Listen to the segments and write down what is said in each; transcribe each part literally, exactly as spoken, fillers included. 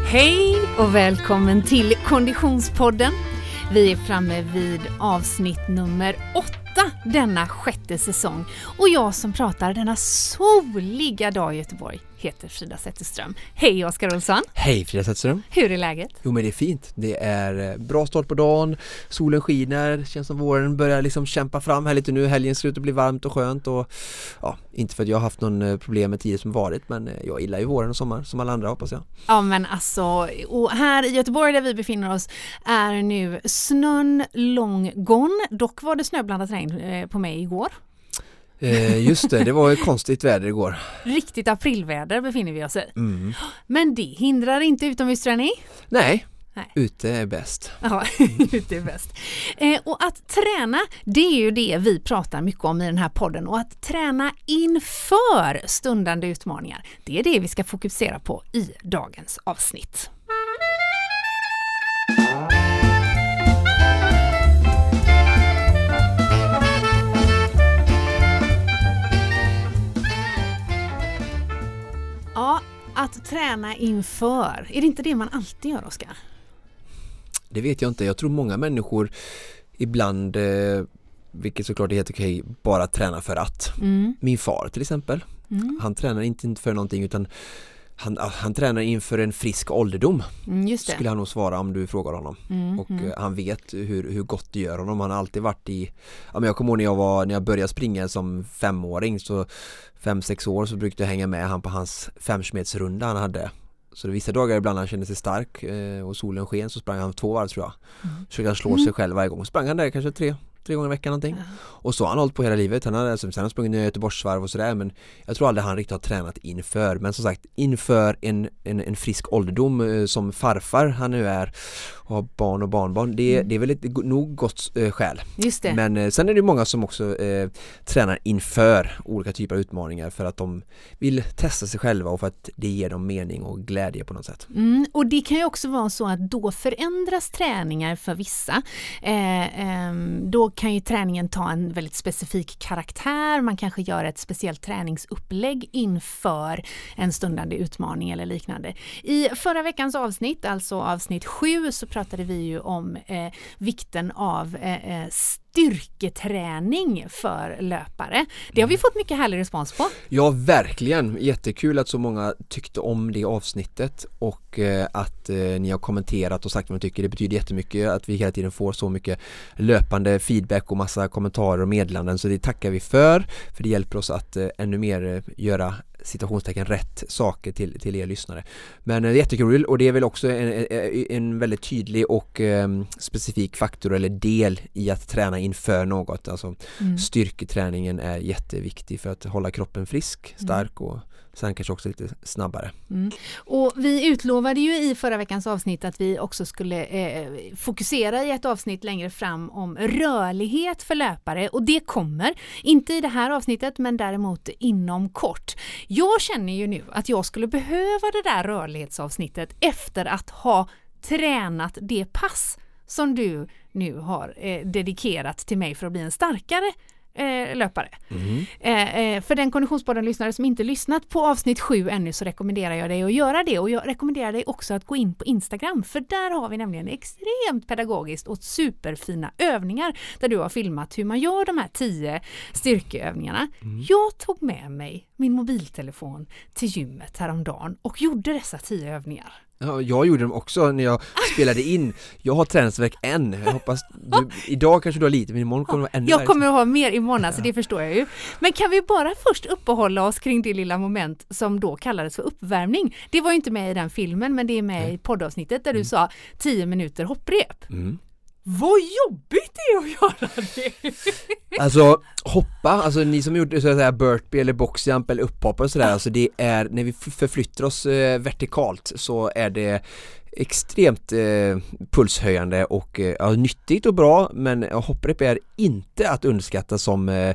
Hej och välkommen till Konditionspodden. Vi är framme vid avsnitt nummer åtta denna sjätte säsong. Och jag som pratar denna soliga dag i Göteborg heter Frida Zetterström. Hej Oskar Olsson. Hej Frida Zetterström. Hur är läget? Jo men det är fint. Det är bra start på dagen. Solen skiner. Känns som våren börjar liksom kämpa fram här lite nu. Helgen slutar bli varmt och skönt. Och, ja, inte för att jag har haft någon problem med tider som varit. Men jag gillar ju våren och sommar som alla andra hoppas jag. Ja men alltså, och här i Göteborg där vi befinner oss är nu snön lång gång. Dock var det snöblandat regn på mig igår. Eh, just det, det var ett konstigt väder igår. Riktigt aprilväder befinner vi oss i. Mm. Men det hindrar inte utomhusträning? Nej, Nej, ute är bäst. Ja, ute är bäst. Eh, och att träna, det är ju det vi pratar mycket om i den här podden. Och att träna inför stundande utmaningar, det är det vi ska fokusera på i dagens avsnitt. Ja, att träna inför. Är det inte det man alltid gör, Oskar? Det vet jag inte. Jag tror många människor ibland, eh, vilket såklart är helt okej, bara tränar för att. Mm. Min far till exempel, mm. han tränar inte för någonting utan han, han tränar inför en frisk ålderdom. Mm, just det. Skulle han nog svara om du frågar honom. Mm, och mm. han vet hur, hur gott det gör honom. Han har alltid varit i, ja, men jag kommer ihåg när jag, var, när jag började springa som femåring, så fem, sex år så brukade jag hänga med han på hans femsmedsrunda han hade. Så det vissa dagar ibland han kände sig stark eh, och solen sken så sprang han två varv tror jag. Mm. Så han slår sig mm. själv varje gång. Sprang han där kanske tre tre gånger i veckan någonting. Ja. Och så har han hållit på hela livet. Han har alltså, sen har sprungit ner Göteborgsvarv och sådär, men jag tror aldrig han riktigt har tränat inför. Men som sagt, inför en, en, en frisk ålderdom eh, som farfar han nu är och har barn och barnbarn, det, mm. det är väl ett nog gott eh, skäl. Just det. Men eh, sen är det många som också eh, tränar inför olika typer av utmaningar för att de vill testa sig själva och för att det ger dem mening och glädje på något sätt. Mm, och det kan ju också vara så att då förändras träningar för vissa. Eh, eh, då kan ju träningen ta en väldigt specifik karaktär. Man kanske gör ett speciellt träningsupplägg inför en stundande utmaning eller liknande. I förra veckans avsnitt, alltså avsnitt sju, så pratade vi ju om eh, vikten av eh, styrketräning för löpare. Det har vi fått mycket härlig respons på. Ja, verkligen. Jättekul att så många tyckte om det avsnittet och eh, att eh, ni har kommenterat och sagt vad ni tycker. Det betyder jättemycket att vi hela tiden får så mycket löpande feedback och massa kommentarer och meddelanden, så det tackar vi för. För det hjälper oss att eh, ännu mer eh, göra situationstecken rätt saker till, till er lyssnare. Men det är jättekul och det är väl också en, en väldigt tydlig och um, specifik faktor eller del i att träna inför något. Alltså mm. styrketräningen är jätteviktig för att hålla kroppen frisk, stark och sen kanske också lite snabbare. Mm. Och vi utlovade ju i förra veckans avsnitt att vi också skulle eh, fokusera i ett avsnitt längre fram om rörlighet för löpare, och det kommer inte i det här avsnittet men däremot inom kort. Jag känner ju nu att jag skulle behöva det där rörlighetsavsnittet efter att ha tränat det pass som du nu har eh, dedikerat till mig för att bli en starkare Eh, löpare. Mm. Eh, eh, för den konditionspodden-lyssnare som inte lyssnat på avsnitt sju ännu, så rekommenderar jag dig att göra det, och jag rekommenderar dig också att gå in på Instagram, för där har vi nämligen extremt pedagogiskt och superfina övningar där du har filmat hur man gör de här tio styrkeövningarna. Mm. Jag tog med mig min mobiltelefon till gymmet häromdagen och gjorde dessa tio övningar. Ja, jag gjorde dem också när jag spelade in. Jag har träningsverk än. Jag hoppas du, idag kanske du har lite, men imorgon kommer det vara ännu Jag värre. kommer att ha mer imorgon, ja. Så det förstår jag ju. Men kan vi bara först uppehålla oss kring det lilla moment som då kallades för uppvärmning? Det var ju inte med i den filmen, men det är med mm. i poddavsnittet där mm. du sa tio minuter hopprep. Mm. Vad jobbigt det är att göra det. Alltså hoppa, alltså ni som gjorde så att säga burpee eller boxjump eller upphopp och sådär, alltså det är när vi förflyttar oss eh, vertikalt så är det extremt eh, pulshöjande och eh, ja, nyttigt och bra, men hopprep är inte att underskatta som eh,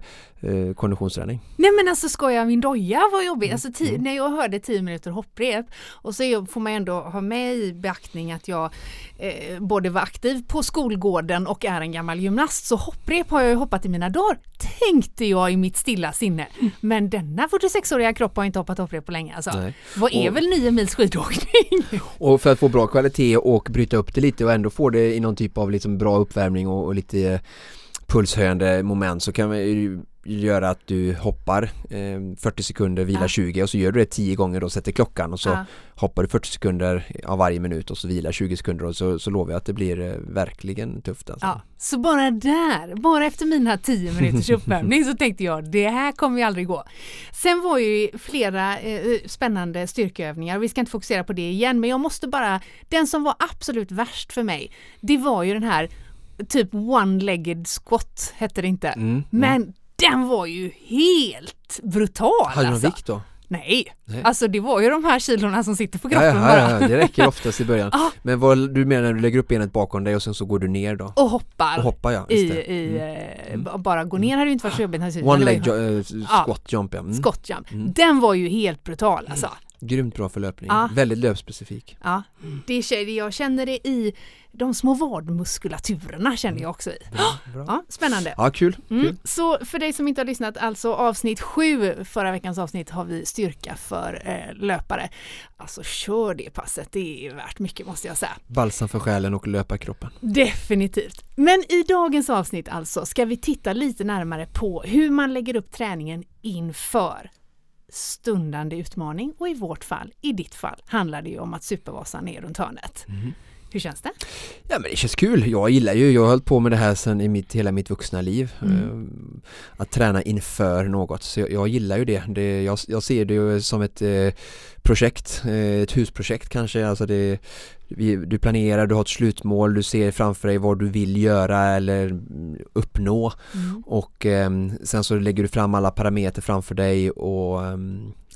eh, konditionsträning. Nej men alltså skojar min doja var jobbig. Mm. Alltså, tio, Mm. när jag hörde tio minuter hopprep och så får man ändå ha med i beaktning att jag eh, både var aktiv på skolgården och är en gammal gymnast, så hopprep har jag ju hoppat i mina dagar, tänkte jag i mitt stilla sinne. Mm. Men denna fyrtiosex-åriga kropp har inte hoppat hopprep på länge. Alltså. Vad är och, väl nio mils skidåkning? Och för att få bra kvalitet och bryta upp det lite och ändå få det i någon typ av liksom bra uppvärmning och, och lite eh, pulshöjande moment, så kan man ju göra att du hoppar eh, fyrtio sekunder, vilar ja. tjugo och så gör du det tio gånger och sätter klockan och så ja. hoppar du fyrtio sekunder av varje minut och så vilar tjugo sekunder och så, så lovar jag att det blir eh, verkligen tufft. Alltså. Ja, så bara där, bara efter mina tio minuters uppvärmning så tänkte jag, det här kommer ju aldrig gå. Sen var ju flera eh, spännande styrkeövningar, vi ska inte fokusera på det igen, men jag måste bara, den som var absolut värst för mig, det var ju den här typ one-legged squat hette det inte, mm, men mm. den var ju helt brutal. Hade du alltså. någon vikt då? Nej. Nej, alltså det var ju de här kilorna som sitter på kroppen ja, ja, bara. Ja, ja, det räcker oftast i början. Ah. Men vad du menar när du lägger upp benet bakom dig och sen så går du ner då? Och hoppar. Och hoppar, ja. I, i, mm. Bara gå ner hade ju inte varit så jobbigt. One leg jo- squat jump, ja. Mm. Squat jump. Mm. Den var ju helt brutal alltså. Mm. Grymt bra för löpning. Ja. Väldigt löpspecifik. Ja, det, jag känner det i de små vadmuskulaturerna känner jag också i. Bra, bra. Ja, spännande. Ja, kul. Mm. kul. Så för dig som inte har lyssnat, alltså avsnitt sju, förra veckans avsnitt har vi styrka för eh, löpare. Alltså kör det passet, det är värt mycket måste jag säga. Balsam för själen och löparkroppen. Definitivt. Men i dagens avsnitt alltså ska vi titta lite närmare på hur man lägger upp träningen inför stundande utmaning, och i vårt fall, i ditt fall, handlar det ju om att Supervasan är runt hörnet. Mm. Hur känns det? Ja, men det känns kul. Jag gillar ju, jag har hållit på med det här sedan i mitt, hela mitt vuxna liv. Mm. Att träna inför något. Så jag, jag gillar ju det. det jag, jag ser det ju som ett eh, projekt, eh, ett husprojekt kanske. Alltså det, vi, du planerar, du har ett slutmål, du ser framför dig vad du vill göra eller uppnå. Mm. Och eh, sen så lägger du fram alla parametrar framför dig och eh,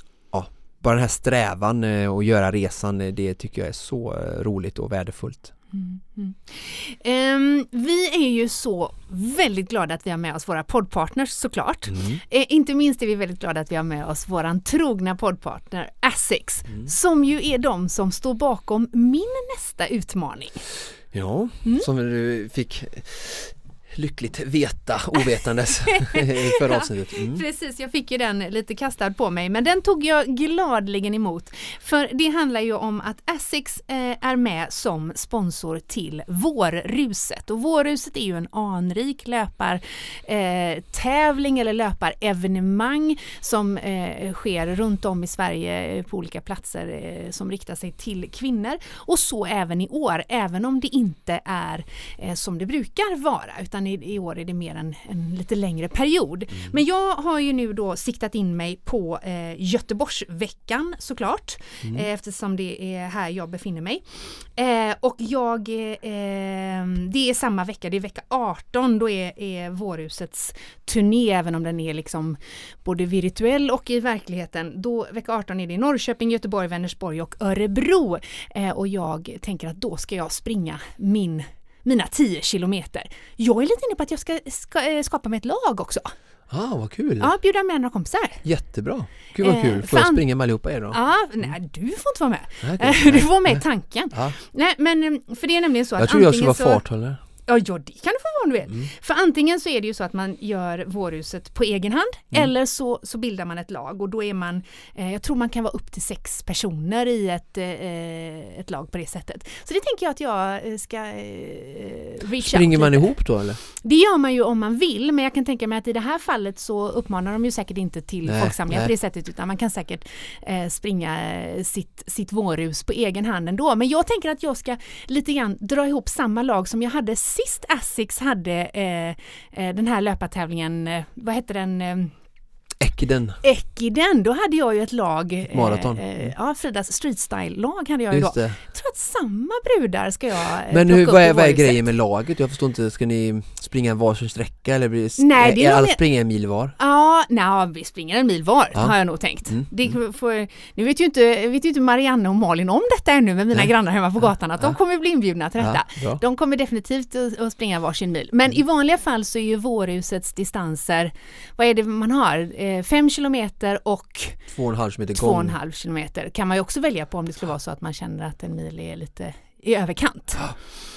bara den här strävan att göra resan, det tycker jag är så roligt och värdefullt. Mm, mm. Um, vi är ju så väldigt glada att vi har med oss våra poddpartners såklart. Mm. Uh, inte minst är vi väldigt glada att vi har med oss våran trogna poddpartner Asics, mm. som ju är de som står bakom min nästa utmaning. Ja, mm. som du fick lyckligt veta, ovetandes för avsnittet. Mm. Precis, jag fick ju den lite kastad på mig, men den tog jag gladligen emot. För det handlar ju om att Asics eh, är med som sponsor till Vårruset. Och Vårruset är ju en anrik löpar eh, tävling eller löparevenemang som eh, sker runt om i Sverige på olika platser eh, som riktar sig till kvinnor. Och så även i år, även om det inte är eh, som det brukar vara, utan i, i år är det mer en, en lite längre period. Mm. Men jag har ju nu då siktat in mig på eh, Göteborgsveckan såklart, mm. eh, eftersom det är här jag befinner mig. Eh, och jag, eh, det är samma vecka, det är vecka arton, då är, är Vårhusets turné, även om den är liksom både virtuell och i verkligheten. Då, vecka arton är det i Norrköping, Göteborg, Vänersborg och Örebro. Eh, och jag tänker att då ska jag springa min mina tio kilometer. Jag är lite inne på att jag ska, ska skapa mig ett lag också. Ah, vad kul. Ja, bjuda med några kompisar. Jättebra. Gud vad kul. Får jag an... springa med allihopa er då? Ja, nej, du får inte vara med. Nej, okay. Du får vara med i tanken. Ah. Nej, men för det är nämligen så att jag tror jag ska vara så... farthållare. Ja, ja, det kan du få vara om du vill. Mm. För antingen så är det ju så att man gör Vårhuset på egen hand, mm. eller så, så bildar man ett lag, och då är man, eh, jag tror man kan vara upp till sex personer i ett, eh, ett lag på det sättet. Så det tänker jag att jag ska eh, reach Springer out man lite. ihop då eller? Det gör man ju om man vill, men jag kan tänka mig att i det här fallet så uppmanar de ju säkert inte till nej, folksamlingar på det sättet, utan man kan säkert eh, springa sitt, sitt Vårhus på egen hand ändå. Men jag tänker att jag ska lite grann dra ihop samma lag som jag hade sist Asics hade eh, eh, den här löpartävlingen, eh, vad heter den? Eh, Ekiden. Ekiden, då hade jag ju ett lag. Maraton. Eh, ja, Fridas Street Style-lag hade jag ju Just då. det. Jag tror att samma brudar ska jag eh, Men plocka hur, upp vad i är, vad är vårhuset. grejen med laget? Jag förstår inte, ska ni springa en varsin sträcka eller blir Nej, det är är alla nog- springa en mil var? Ja, nej, vi springer en mil var, Ja. har jag nog tänkt. Mm, Det får, nu vet ju, inte, vet ju inte Marianne och Malin om detta ännu med mina Nej. grannar hemma på gatan, att Ja. de kommer bli inbjudna till detta. Ja, bra. De kommer definitivt att, att springa varsin mil. Men i vanliga fall så är ju vårhusets distanser, vad är det man har? Eh, fem kilometer och Två och en halv meter två och en gång. halv kilometer. Kan man ju också välja på om det skulle vara så att man känner att en mil är lite i överkant. Ja.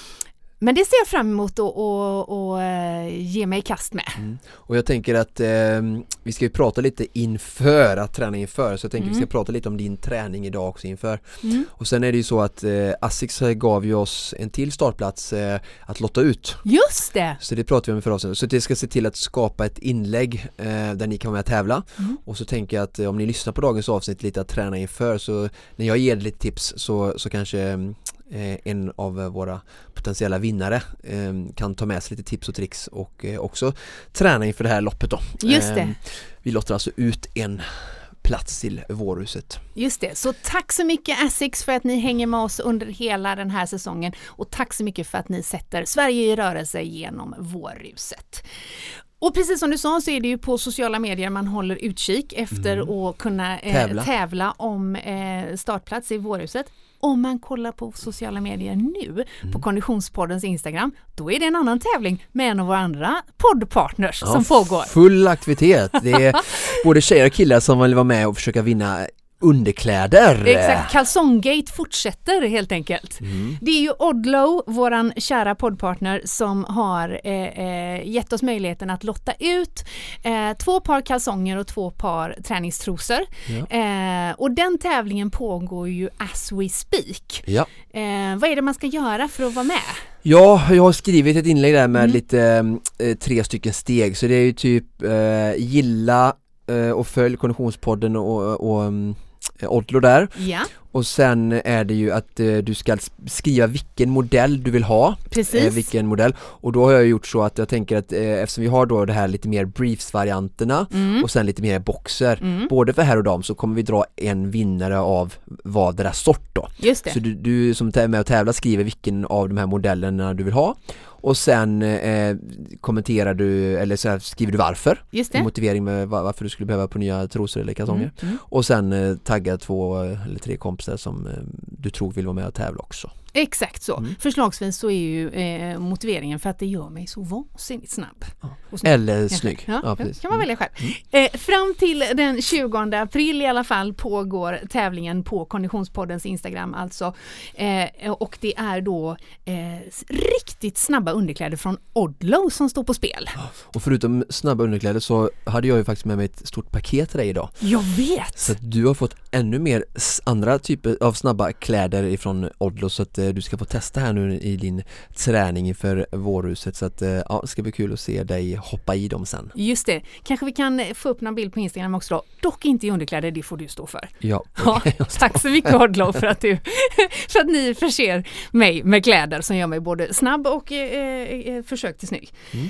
Men det ser jag fram emot att och, och, eh, ge mig i kast med. Mm. Och jag tänker att eh, vi ska ju prata lite inför, att träna inför. Så jag tänker Mm. vi ska prata lite om din träning idag också inför. Mm. Och sen är det ju så att eh, Asics gav ju oss en till startplats eh, att lotta ut. Just det! Så det pratar vi om i förra avsnittet. Så det ska se till att skapa ett inlägg eh, där ni kan vara med och tävla. Mm. Och så tänker jag att eh, om ni lyssnar på dagens avsnitt lite att träna inför, så när jag ger lite tips så, så kanske eh, en av våra potentiella vinnare eh, kan ta med sig lite tips och tricks och eh, också träna inför det här loppet då. Just det. Eh, vi lottar alltså ut en plats till vårhuset. Just det, så tack så mycket Asics för att ni hänger med oss under hela den här säsongen, och tack så mycket för att ni sätter Sverige i rörelse genom vårhuset. Och precis som du sa så är det ju på sociala medier man håller utkik efter Mm. att kunna eh, Tävla. tävla om eh, startplats i vårhuset. Om man kollar på sociala medier nu på Konditionspoddens Instagram, då är det en annan tävling med en av våra andra poddpartners som Ja, pågår. Full aktivitet. Det är både tjejer och killar som vill vara med och försöka vinna underkläder. Exakt, kalsonggate fortsätter helt enkelt. Mm. Det är ju Odlow, våran kära poddpartner, som har eh, eh, gett oss möjligheten att lotta ut eh, två par kalsonger och två par träningstrosor. Ja. Eh, och den tävlingen pågår ju as we speak. Ja. Eh, vad är det man ska göra för att vara med? Ja, jag har skrivit ett inlägg där med Mm. lite eh, tre stycken steg. Så det är ju typ eh, gilla eh, och följ Konditionspodden och, och um, Odlo där. Ja, Och sen är det ju att eh, du ska skriva vilken modell du vill ha. precis. Eh, vilken modell. Och då har jag gjort så att jag tänker att eh, eftersom vi har då det här lite mer briefs-varianterna Mm. och sen lite mer boxer, Mm. både för herr och dam, så kommer vi dra en vinnare av vad det där sort då. Just det. Så du, du som är med och tävlar skriver vilken av de här modellerna du vill ha. Och sen eh, kommenterar du, eller så här, skriver du varför. Just En det. motivering med var, varför du skulle behöva på nya trosor eller kalsonger. Mm. Mm. Och sen eh, tagga två eh, eller tre kompisar som eh, du tror vill vara med och tävla också. Exakt så. Mm. Förslagsvis så är ju eh, motiveringen för att det gör mig så vansinnigt snabb. Ja. Och snygg. Eller Kanske. snygg. Ja, Ja, kan precis. man välja själv. Eh, fram till den tjugonde april i alla fall pågår tävlingen på Konditionspoddens Instagram alltså. Eh, och det är då eh, riktigt snabba underkläder från Odlow som står på spel. Och förutom snabba underkläder så hade jag ju faktiskt med mig ett stort paket till dig idag. Jag vet! Så att du har fått ännu mer s- andra typer av snabba kläder ifrån Odlo, så att eh, du ska få testa här nu i din träning inför vårhuset. Så att eh, ja, det ska bli kul att se dig hoppa i dem sen. Just det. Kanske vi kan få upp någon bild på Instagram också då. Dock inte i underkläder, det får du stå för. Ja, Ja, tack så mycket Odlow för att, du, för att ni förser mig med kläder som gör mig både snabb och eh, eh, försök till snygg. Mm.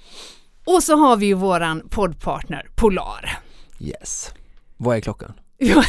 Och så har vi ju våran poddpartner Polar. Yes. Vad är klockan? Ja.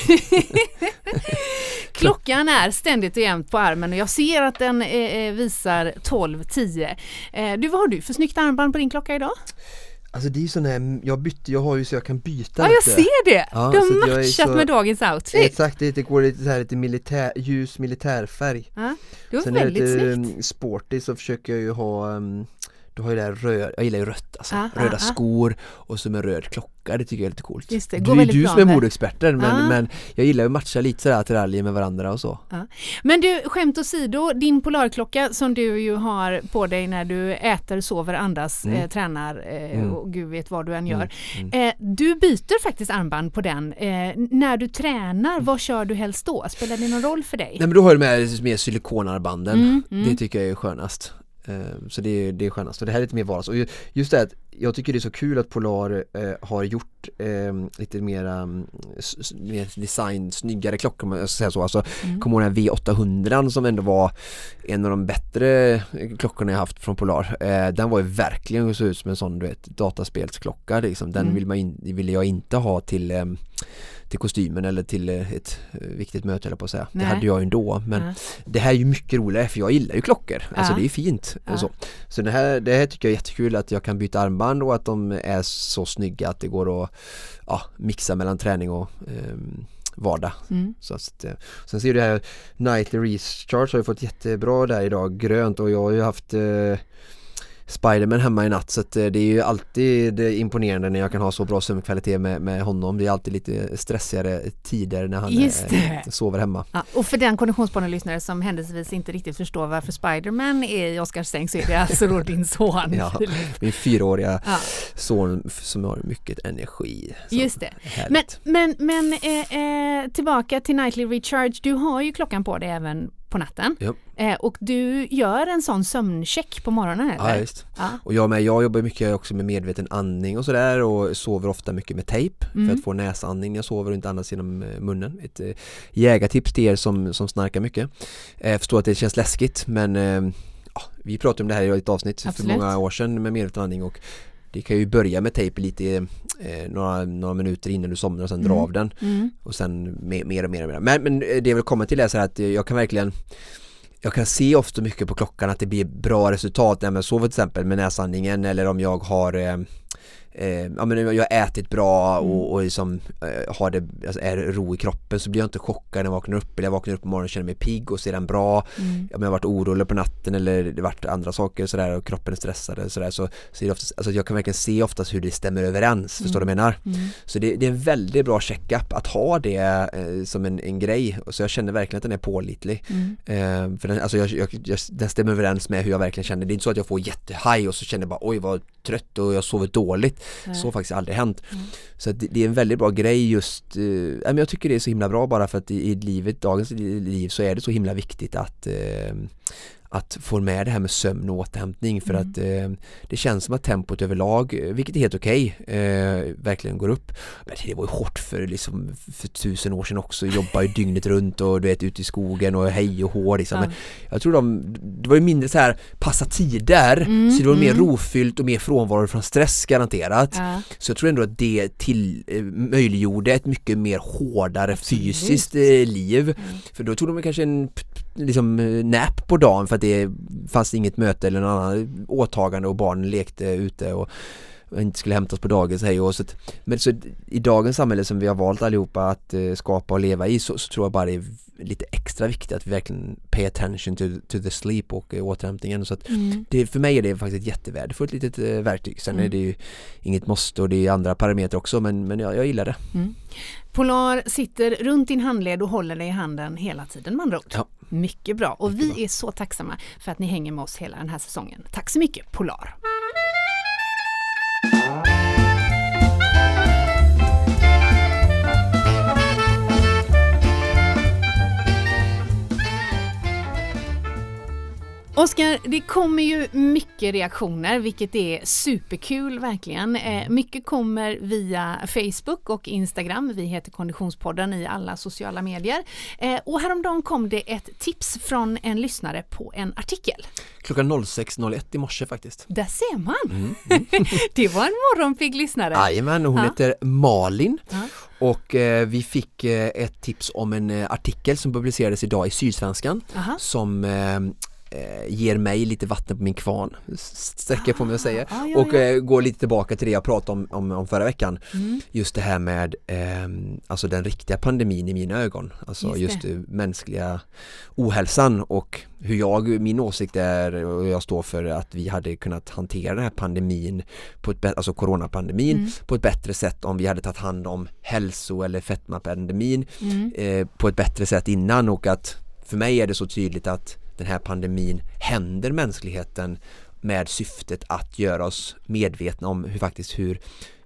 Klockan är ständigt och jämt på armen och jag ser att den eh, visar tolv tio. Eh, du, vad har du för snyggt armband på din klocka idag? Alltså det är ju sån här, jag bytte, jag har ju så jag kan byta Ja, jag lite. ser det. Ja, du så har jag är matchat så- med dagens outfit. Exakt, det, det går lite så här lite militär, ljus militärfärg. Ja, det var Sen är det väldigt lite snyggt. um, sporty, så försöker jag ju ha um, då har jag det här röd, jag gillar ju rött alltså. Ah, Röda ah, ah. skor och så med röd klocka, det tycker jag är lite coolt. Just det, Du går är väldigt du bra som är med. modeexperten, men, Ah. men jag gillar ju att matcha lite sådär attiraljer med varandra och så. Men du, skämt åsido, din polarklocka som du ju har på dig när du äter, sover, andas, Mm. eh, tränar eh, Mm. och gud vet vad du än gör. Mm. Mm. Eh, du byter faktiskt armband på den. Eh, när du tränar, vad kör du helst då? Spelar det någon roll för dig? Nej, men då har jag med mer silikonarbanden. Mm, mm. Det tycker jag är skönast. Så det, det är skönast. Och det här är lite mer vardags. Och just det att jag tycker det är så kul att Polar eh, har gjort eh, lite mera s- mer design, snyggare klockor, om man ska säga så. Alltså, mm. kommer ihåg den här V åttahundra som ändå var en av de bättre klockorna jag haft från Polar. Eh, den var ju verkligen så ut som en sån, du vet, dataspelsklocka. Liksom. Den mm. vill man in, ville jag inte ha till... Eh, till kostymen eller till ett viktigt möte eller på att säga. Nej. Det hade jag ju ändå. Men ja. Det här är ju mycket roligare för jag gillar ju klockor. Ja. Alltså det är fint. Ja. Så, så det, här, det här tycker jag är jättekul att jag kan byta armband och att de är så snygga att det går att ja, mixa mellan träning och um, vardag. Mm. Så att, sen ser du här Nightly Recharge har ju fått jättebra där idag, grönt, och jag har ju haft uh, Spiderman hemma i natt, så att det är ju alltid imponerande när jag kan ha så bra sömnkvalitet med, med honom. Det är alltid lite stressigare tider när han är, sover hemma. Ja, och för den konditionspodden-lyssnare som händelsevis inte riktigt förstår varför Spiderman är i Oskars säng, så är det alltså då din son. Ja, min fyraåriga ja. son som har mycket energi. Just det. Men, men, men eh, eh, tillbaka till Nightly Recharge. Du har ju klockan på dig även på natten. Ja. Eh, och du gör en sån sömncheck på morgonen, eller? Ja, just. Ja. Och jag med, jag jobbar mycket också med medveten andning och sådär, och sover ofta mycket med tejp mm. för att få näsandning när jag sover och inte andas genom munnen. Ett eh, jägartips till er som, som snarkar mycket. Eh, jag förstår att det känns läskigt, men eh, ja, vi pratade om det här i ett avsnitt Absolut. för många år sedan med medveten andning, och det kan ju börja med tejp lite eh, några, några minuter innan du somnar och sen mm. dra av den mm. och sen mer, mer och mer och mer. Men, men det jag vill komma till är så här att jag kan verkligen jag kan se ofta mycket på klockan att det blir bra resultat när jag sover till exempel med näsandningen, eller om jag har eh, eh, ja, men jag har ätit bra och, och liksom, eh, har det, alltså, är ro i kroppen, så blir jag inte chockad när jag vaknar upp, eller jag vaknar upp på morgonen och känner mig pigg och ser den bra. Mm. Ja, men jag har varit orolig på natten eller det har varit andra saker så där, och kroppen är stressad eller så där, så, så är det oftast, alltså jag kan verkligen se oftast hur det stämmer överens, mm. förstår du vad jag menar? Mm. Så det, det är en väldigt bra checkup att ha det eh, som en, en grej, så jag känner verkligen att den är pålitlig. Mm. Eh, för den, alltså jag, jag, jag, den stämmer överens med hur jag verkligen känner. Det är inte så att jag får jättehaj och så känner jag bara oj vad trött och jag sover dåligt. Nej. Så har faktiskt aldrig hänt. Mm. Så det, det är en väldigt bra grej just, eh, men jag tycker det är så himla bra bara för att i, i livet, dagens liv, så är det så himla viktigt att eh, att få med det här med sömn och återhämtning, för mm. att eh, det känns som att tempot överlag, vilket är helt okej, eh, verkligen går upp. Men det var ju hårt för, liksom, för tusen år sedan också, jobba ju dygnet runt och du vet, ute i skogen och hej och hår liksom. Ja. Men jag tror de, det var ju mindre så här passa tider, mm, så det var mm. mer rofyllt och mer frånvaro från stress garanterat. Ja. Så jag tror ändå att det till, eh, möjliggjorde ett mycket mer hårdare Absolut. fysiskt eh, liv. Mm. För då tog de kanske en liksom nap på dagen för att det fanns inget möte eller någon annan åtagande och barnen lekte ute och inte skulle hämtas på dagis. Hej och så att, men så i dagens samhälle som vi har valt allihopa att uh, skapa och leva i, så, så tror jag bara det är lite extra viktigt att vi verkligen pay attention to, to the sleep och uh, återhämtningen. Så att mm. det, för mig är det faktiskt ett jättevärdefullt litet uh, verktyg. Sen mm. är det ju inget måste och det är andra parametrar också, men, men jag, jag gillar det. Mm. Polar sitter runt din handled och håller dig i handen hela tiden, man råd. Ja. Mycket bra. Och mycket vi bra. Är så tacksamma för att ni hänger med oss hela den här säsongen. Tack så mycket, Polar. Oskar, det kommer ju mycket reaktioner, vilket är superkul verkligen. Eh, mycket kommer via Facebook och Instagram. Vi heter Konditionspodden i alla sociala medier. Eh, och häromdagen kom det ett tips från en lyssnare på en artikel. Klockan sex noll ett i morse faktiskt. Där ser man. Mm, mm. Det var en morgonpigg lyssnare. Jajamän, hon ja. heter Malin. Ja. Och eh, vi fick eh, ett tips om en eh, artikel som publicerades idag i Sydsvenskan. Aha. Som... Eh, ger mig lite vatten på min kvarn, sträcker på mig att säga, ah, ja, och ja. går lite tillbaka till det jag pratade om, om, om förra veckan. Mm. Just det här med eh, alltså den riktiga pandemin i mina ögon, alltså just, just mänskliga ohälsan, och hur jag, min åsikt är, och jag står för att vi hade kunnat hantera den här pandemin på ett, alltså coronapandemin mm. på ett bättre sätt om vi hade tagit hand om hälso- eller fetmapandemin mm. eh, på ett bättre sätt innan, och att för mig är det så tydligt att den här pandemin händer mänskligheten med syftet att göra oss medvetna om hur faktiskt hur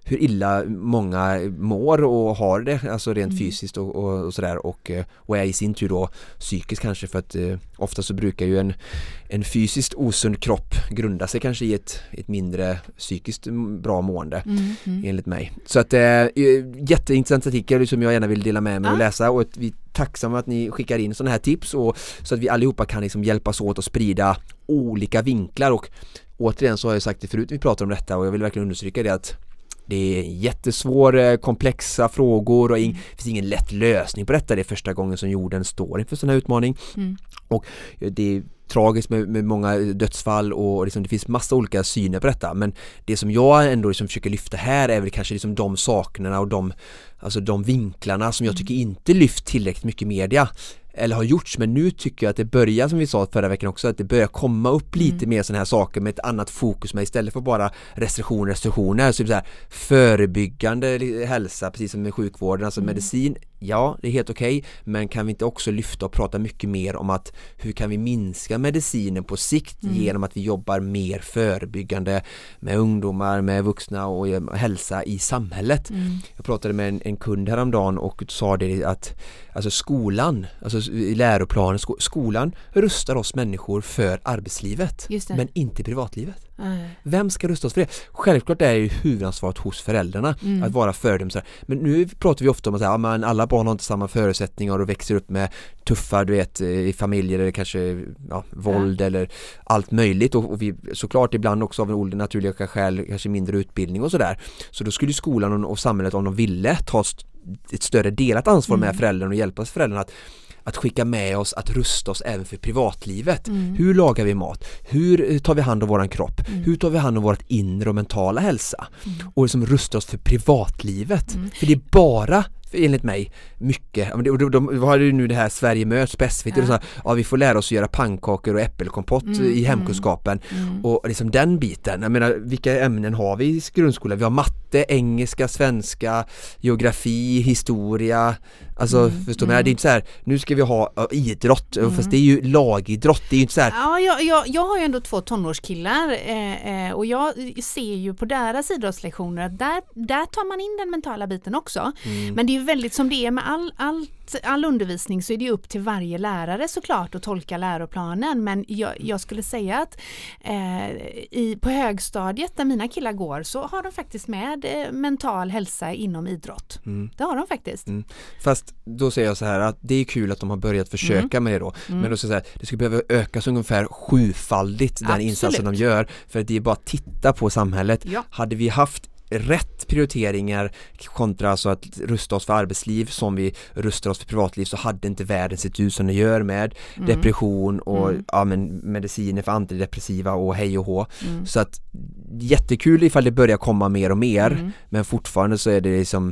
hur illa många mår och har det, alltså rent mm. fysiskt och, och, och sådär, och, och är i sin tur då psykiskt kanske, för att eh, ofta så brukar ju en, en fysiskt osund kropp grunda sig kanske i ett, ett mindre psykiskt bra mående mm. Mm. enligt mig. Så att eh, jätteintressant artikel som jag gärna vill dela med mig ah. och läsa, och att vi är tacksamma att ni skickar in sådana här tips, och så att vi allihopa kan liksom hjälpas åt att sprida olika vinklar. Och återigen så har jag sagt det förut, vi pratar om detta, och jag vill verkligen understryka det, att det är jättesvåra, komplexa frågor och det mm. finns ingen lätt lösning på detta. Det är första gången som jorden står inför sån här utmaning. Mm. Och det är tragiskt med, med många dödsfall, och liksom det finns massa olika syner på detta. Men det som jag ändå liksom försöker lyfta här är väl kanske liksom de sakerna och de, alltså de vinklarna som jag tycker inte lyft tillräckligt mycket i media. Eller har gjorts, men nu tycker jag att det börjar, som vi sa förra veckan också, att det börjar komma upp lite mm. mer sådana här saker med ett annat fokus, med istället för bara restriktioner, restriktioner, så, så här, förebyggande hälsa, precis som med sjukvården, alltså mm. medicin, ja, det är helt okej, okay, men kan vi inte också lyfta och prata mycket mer om att hur kan vi minska medicinen på sikt mm. genom att vi jobbar mer förebyggande med ungdomar, med vuxna och hälsa i samhället. Mm. Jag pratade med en, en kund häromdagen och sa det att alltså skolan, alltså i läroplanen, sko- skolan rustar oss människor för arbetslivet, men inte privatlivet. Mm. Vem ska rusta oss för det? Självklart är det ju huvudansvaret hos föräldrarna mm. att vara för dem. Men nu pratar vi ofta om att säga, ja, men alla barn har inte samma förutsättningar och växer upp med tuffa, du vet, i familjer eller kanske ja, våld mm. eller allt möjligt, och, och vi såklart ibland också av en naturliga skäl kanske mindre utbildning och sådär. Så då skulle skolan och, och samhället, om de ville, ta ett större delat ansvar mm. med föräldrarna och hjälpa föräldrarna att att skicka med oss, att rusta oss även för privatlivet. Mm. Hur lagar vi mat? Hur tar vi hand om våran kropp? Mm. Hur tar vi hand om vårt inre och mentala hälsa? Mm. Och liksom rusta oss för privatlivet. Mm. För det är bara, enligt mig, mycket. Och de, de, de har ju nu det här Sverige möts specifikt. Ja. Ja, vi får lära oss att göra pannkakor och äppelkompott mm. i hemkunskapen. Mm. Och liksom den biten. Jag menar, vilka ämnen har vi i grundskolan? Vi har matte, engelska, svenska, geografi, historia. Alltså, mm. förstår man? Mm. Det är inte så här, nu ska vi ha uh, idrott, mm. fast det är ju lagidrott. Det är ju inte så här. Ja, jag, jag, jag har ju ändå två tonårskillar eh, eh, och jag ser ju på deras idrottslektioner att där, där tar man in den mentala biten också. Mm. Men det är ju väldigt, som det är med all, allt, all undervisning, så är det ju upp till varje lärare såklart att tolka läroplanen. Men jag, jag skulle säga att eh, i, på högstadiet där mina killar går, så har de faktiskt med eh, mental hälsa inom idrott. Mm. Det har de faktiskt. Mm. Fast då säger jag så här att det är kul att de har börjat försöka mm. med det då. Mm. Men då ska jag säga, det skulle behöva ökas ungefär sjufaldigt den Absolut. insatsen de gör. För att det är bara att titta på samhället. Ja. Hade vi haft rätt prioriteringar kontra alltså att rusta oss för arbetsliv som vi rustar oss för privatliv, så hade inte världen sett ut som det gör med mm. depression och mm. ja, men mediciner för antidepressiva och hej och hå. Mm. Så att jättekul ifall det börjar komma mer och mer, mm. men fortfarande så är det liksom,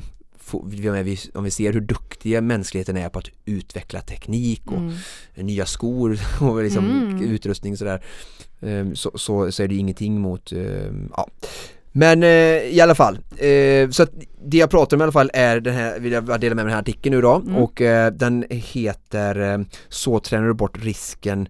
om vi ser hur duktiga mänskligheten är på att utveckla teknik och mm. nya skor och liksom mm. utrustning och sådär, så, så, så är det ingenting mot ja. Men eh, i alla fall, eh, så att det jag pratar om i alla fall är den här, vill jag dela med mig den här artikeln nu då, mm. och eh, den heter eh, Så tränar du bort risken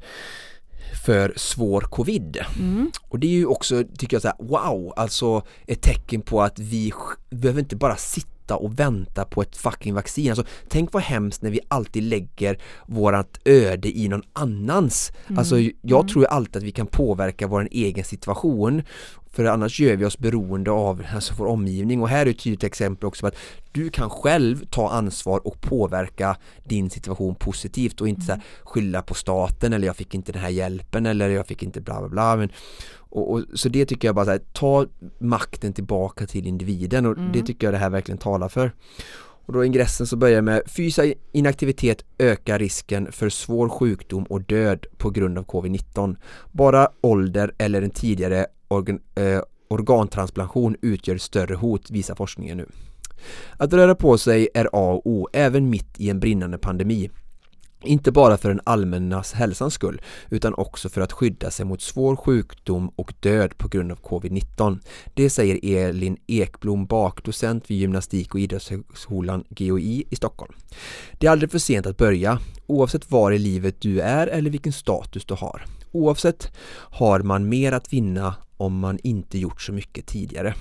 för svår covid. Mm. Och det är ju också, tycker jag, så här, wow, alltså ett tecken på att vi behöver inte bara sitta och vänta på ett fucking vaccin. Alltså, tänk vad hemskt när vi alltid lägger vårat öde i någon annans. Mm. Alltså, jag mm. tror ju alltid att vi kan påverka vår egen situation, för annars gör vi oss beroende av alltså, vår omgivning. Och här är ett tydligt exempel också på att du kan själv ta ansvar och påverka din situation positivt och inte mm. så här, skylla på staten, eller jag fick inte den här hjälpen, eller jag fick inte bla bla bla. Men, och, och, så det tycker jag bara så här, ta makten tillbaka till individen, och mm. det tycker jag det här verkligen talar för. Och då ingressen så börjar med: fysisk inaktivitet ökar risken för svår sjukdom och död på grund av covid nitton. Bara ålder eller en tidigare organ, eh, organtransplantation utgör större hot, visar forskningen nu. Att röra på sig är A och O, även mitt i en brinnande pandemi. Inte bara för den allmännas hälsans skull, utan också för att skydda sig mot svår sjukdom och död på grund av covid nitton. Det säger Elin Ekblom Bak, docent vid Gymnastik- och idrottshögskolan G O I i Stockholm. Det är aldrig för sent att börja, oavsett var i livet du är eller vilken status du har. Oavsett har man mer att vinna om man inte gjort så mycket tidigare.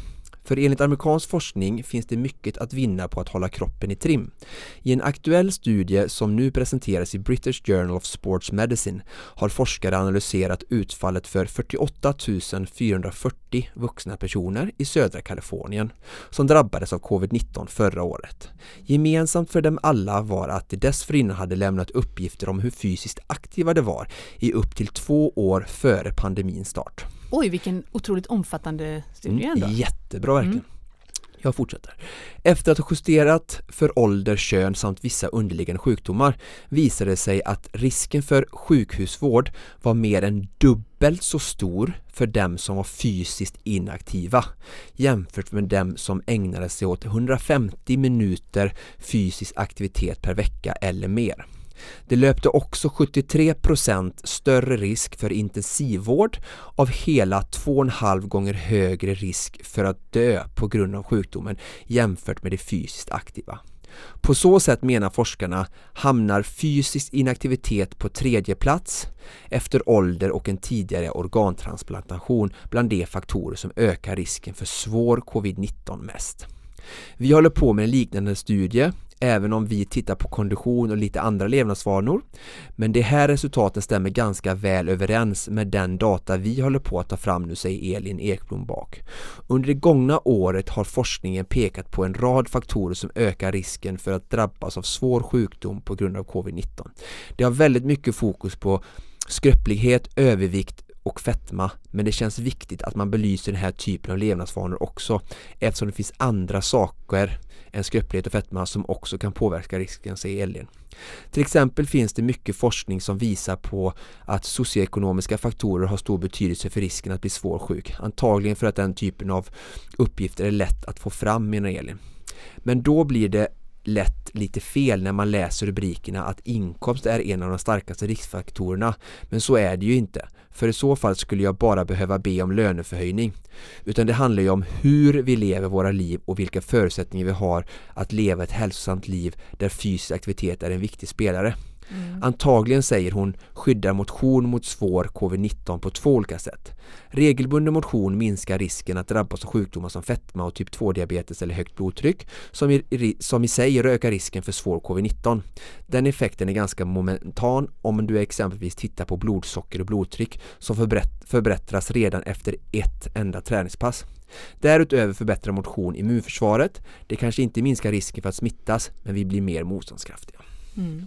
För enligt amerikansk forskning finns det mycket att vinna på att hålla kroppen i trim. I en aktuell studie som nu presenteras i British Journal of Sports Medicine har forskare analyserat utfallet för fyrtioåtta tusen fyrahundrafyrtio vuxna personer i södra Kalifornien som drabbades av covid nitton förra året. Gemensamt för dem alla var att de dessförinnan hade lämnat uppgifter om hur fysiskt aktiva de var i upp till två år före pandemins start. Oj, vilken otroligt omfattande studie ändå. Mm, jättebra verkligen. Mm. Jag fortsätter. Efter att ha justerat för ålder, kön samt vissa underliggande sjukdomar visade det sig att risken för sjukhusvård var mer än dubbelt så stor för dem som var fysiskt inaktiva jämfört med dem som ägnade sig åt hundrafemtio minuter fysisk aktivitet per vecka eller mer. Det löpte också sjuttiotre procent större risk för intensivvård av hela två och en halv gånger högre risk för att dö på grund av sjukdomen jämfört med de fysiskt aktiva. På så sätt menar forskarna hamnar fysisk inaktivitet på tredje plats efter ålder och en tidigare organtransplantation bland de faktorer som ökar risken för svår covid nitton mest. Vi håller på med en liknande studie även om vi tittar på kondition och lite andra levnadsvanor. Men det här resultaten stämmer ganska väl överens med den data vi håller på att ta fram nu, säger Elin Ekblom bak. Under det gångna året har forskningen pekat på en rad faktorer som ökar risken för att drabbas av svår sjukdom på grund av covid nitton. Det har väldigt mycket fokus på skröplighet, övervikt och fetma, men det känns viktigt att man belyser den här typen av levnadsvanor också eftersom det finns andra saker än skröplighet och fetma som också kan påverka risken, säger Elin. Till exempel finns det mycket forskning som visar på att socioekonomiska faktorer har stor betydelse för risken att bli svårsjuk. Antagligen för att den typen av uppgifter är lätt att få fram, menar Elin. Men då blir det lätt lite fel när man läser rubrikerna att inkomst är en av de starkaste riskfaktorerna, men så är det ju inte. För i så fall skulle jag bara behöva be om löneförhöjning. Utan det handlar ju om hur vi lever våra liv och vilka förutsättningar vi har att leva ett hälsosamt liv där fysisk aktivitet är en viktig spelare. Mm. Antagligen, säger hon, skyddar motion mot svår covid nitton på två olika sätt. Regelbunden motion minskar risken att drabbas av sjukdomar som fetma och typ två-diabetes eller högt blodtryck som i, som i sig ökar risken för svår covid nitton. Den effekten är ganska momentan om du exempelvis tittar på blodsocker och blodtryck som förbättras redan efter ett enda träningspass. Därutöver förbättrar motion immunförsvaret. Det kanske inte minskar risken för att smittas, men vi blir mer motståndskraftiga. Mm.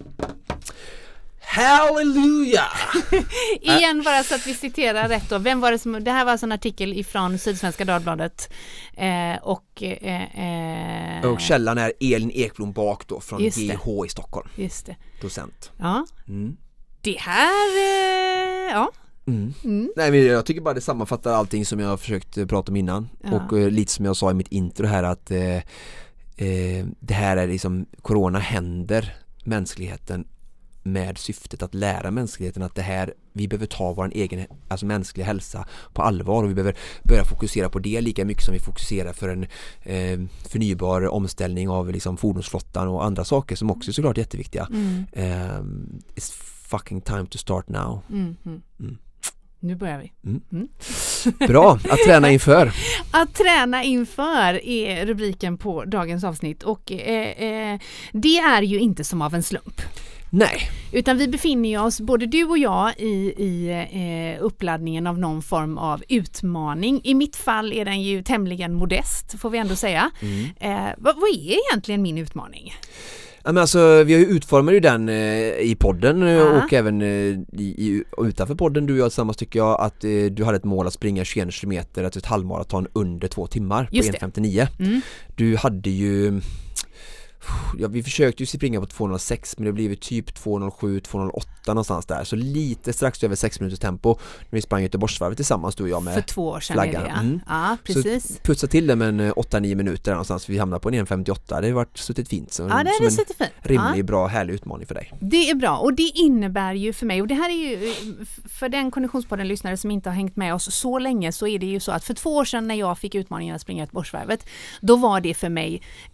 Halleluja! Igen, bara så att vi citerar rätt då. Vem var det som, det här var alltså en artikel ifrån Sydsvenska Dagbladet eh, och eh, och källan är Elin Ekblom bak då från G H i Stockholm. Just det. Docent. Ja. Mm. Det här eh, ja. Mm. Mm. Nej, men jag tycker bara det sammanfattar allting som jag har försökt prata om innan. Ja. Och eh, lite som jag sa i mitt intro här att eh, eh, det här är liksom, corona händer mänskligheten med syftet att lära mänskligheten att det här, vi behöver ta vår egen, alltså mänskliga hälsa på allvar, och vi behöver börja fokusera på det lika mycket som vi fokuserar för en eh, förnybar omställning av liksom fordonsflottan och andra saker som också är såklart jätteviktiga. Mm. Eh, it's fucking time to start now. Mm. Mm. Nu börjar vi. Mm. Mm. Bra, att träna inför. Att träna inför är rubriken på dagens avsnitt, och eh, eh, det är ju inte som av en slump. Nej. Utan vi befinner oss, både du och jag, i, i eh, uppladdningen av någon form av utmaning. I mitt fall är den ju tämligen modest, får vi ändå säga. Mm. Eh, vad, vad är egentligen min utmaning? Ja, men alltså, vi har ju utformat ju den eh, i podden uh-huh. och även eh, i, utanför podden, du och jag tillsammans, tycker jag att eh, du hade ett mål att springa tjugoen kilometer, alltså ett halvmaraton under två timmar Just på en femtionio. Mm. Du hade ju ja, vi försökte ju springa på två noll sex, men det blev typ två noll sju, två noll åtta någonstans där. Så lite strax över sex minuters tempo när vi sprang Göteborgsvarvet tillsammans, du och jag, med för två år sedan flaggan. Är det, ja. Mm. Ja, precis. Så putsa till det med en åtta nio minuter någonstans. Vi hamnade på en en femtioåtta. Det har varit suttit fint. Så, ja, det är som suttit fint. Rimlig, ja. bra, härlig utmaning för dig. Det är bra, och det innebär ju för mig, och det här är ju för den Konditionspodden-lyssnare som inte har hängt med oss så länge, så är det ju så att för två år sedan när jag fick utmaningen att springa Göteborgsvarvet, då var det för mig en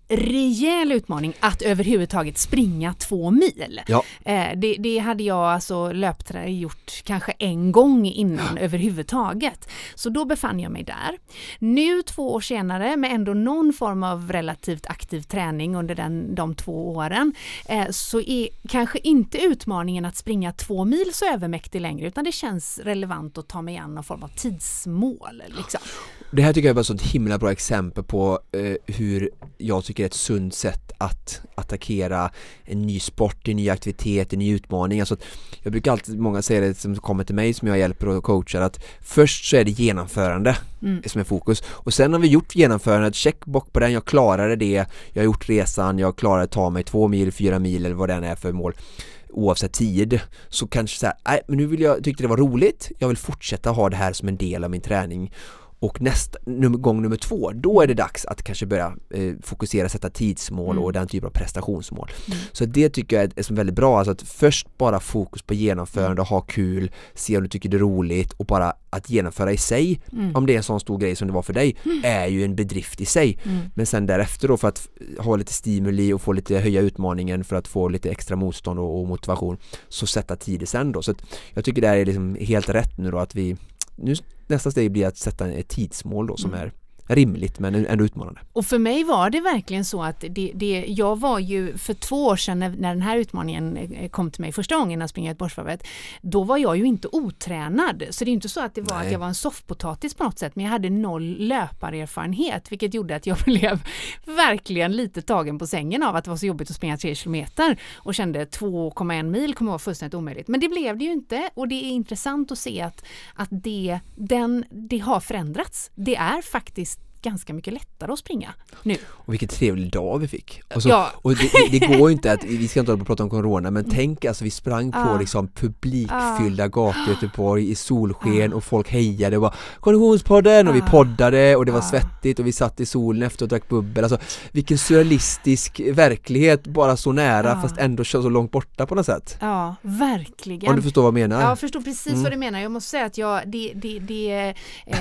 rejäl utmaning att överhuvudtaget springa två mil. Ja. Eh, det, det hade jag alltså löpt gjort kanske en gång innan överhuvudtaget. Så då befann jag mig där. Nu två år senare med ändå någon form av relativt aktiv träning under den, de två åren eh, så är kanske inte utmaningen att springa två mil så övermäktig längre, utan det känns relevant att ta mig an någon form av tidsmål. Liksom. Det här tycker jag är bara så ett himla bra exempel på eh, hur jag tycker det är ett sunt sätt att attackera en ny sport, en ny aktivitet, en ny utmaning. Alltså, jag brukar alltid, många säger det som kommer till mig som jag hjälper och coachar, att först så är det genomförande mm. som är fokus. Och sen har vi gjort genomförandet, check bock på den, jag klarade det, jag har gjort resan, jag klarade att ta mig två mil, fyra mil eller vad den är för mål. Oavsett tid, så kanske så här, nej, men nu vill jag, tyckte det var roligt, jag vill fortsätta ha det här som en del av min träning. Och nästa num- gång nummer två, då är det dags att kanske börja eh, fokusera, sätta tidsmål mm. och den typen av prestationsmål. Mm. Så det tycker jag är, är som väldigt bra. Alltså att först bara fokus på genomförande, ha kul, se om du tycker det är roligt, och bara att genomföra i sig, mm. om det är en sån stor grej som det var för dig, mm. är ju en bedrift i sig. Mm. Men sen därefter då, för att ha lite stimuli och få lite höja utmaningen för att få lite extra motstånd och, och motivation, så sätta tid sen då. Så att jag tycker det är liksom helt rätt nu då att vi nu nästa steg blir att sätta ett tidsmål då, som mm. är rimligt men ändå utmanande. Och för mig var det verkligen så att det, det, jag var ju för två år sedan när, när den här utmaningen kom till mig första gången att springa Göteborgsvarvet, då var jag ju inte otränad. Så det är inte så att det var Nej. att jag var en soffpotatis på något sätt, men jag hade noll löparerfarenhet, vilket gjorde att jag blev verkligen lite tagen på sängen av att det var så jobbigt att springa tre kilometer och kände två komma en mil kommer vara fullständigt omöjligt. Men det blev det ju inte, och det är intressant att se att, att det, den, det har förändrats. Det är faktiskt ganska mycket lättare att springa nu. Och vilken trevlig dag vi fick. Och, så, ja. och det, det går ju inte att, vi ska inte hålla på att prata om corona, men tänk alltså vi sprang på ah. liksom publikfyllda ah. gator i Göteborg i solsken ah. och folk hejade och bara Konditionspodden, och vi poddade och det var ah. svettigt och vi satt i solen efter och drack bubbel. Alltså vilken surrealistisk verklighet, bara så nära ah. fast ändå så långt borta på något sätt. Ja, verkligen. Om du förstår vad jag menar. Ja, jag förstår precis mm. vad du menar. Jag måste säga att jag, det, det, det,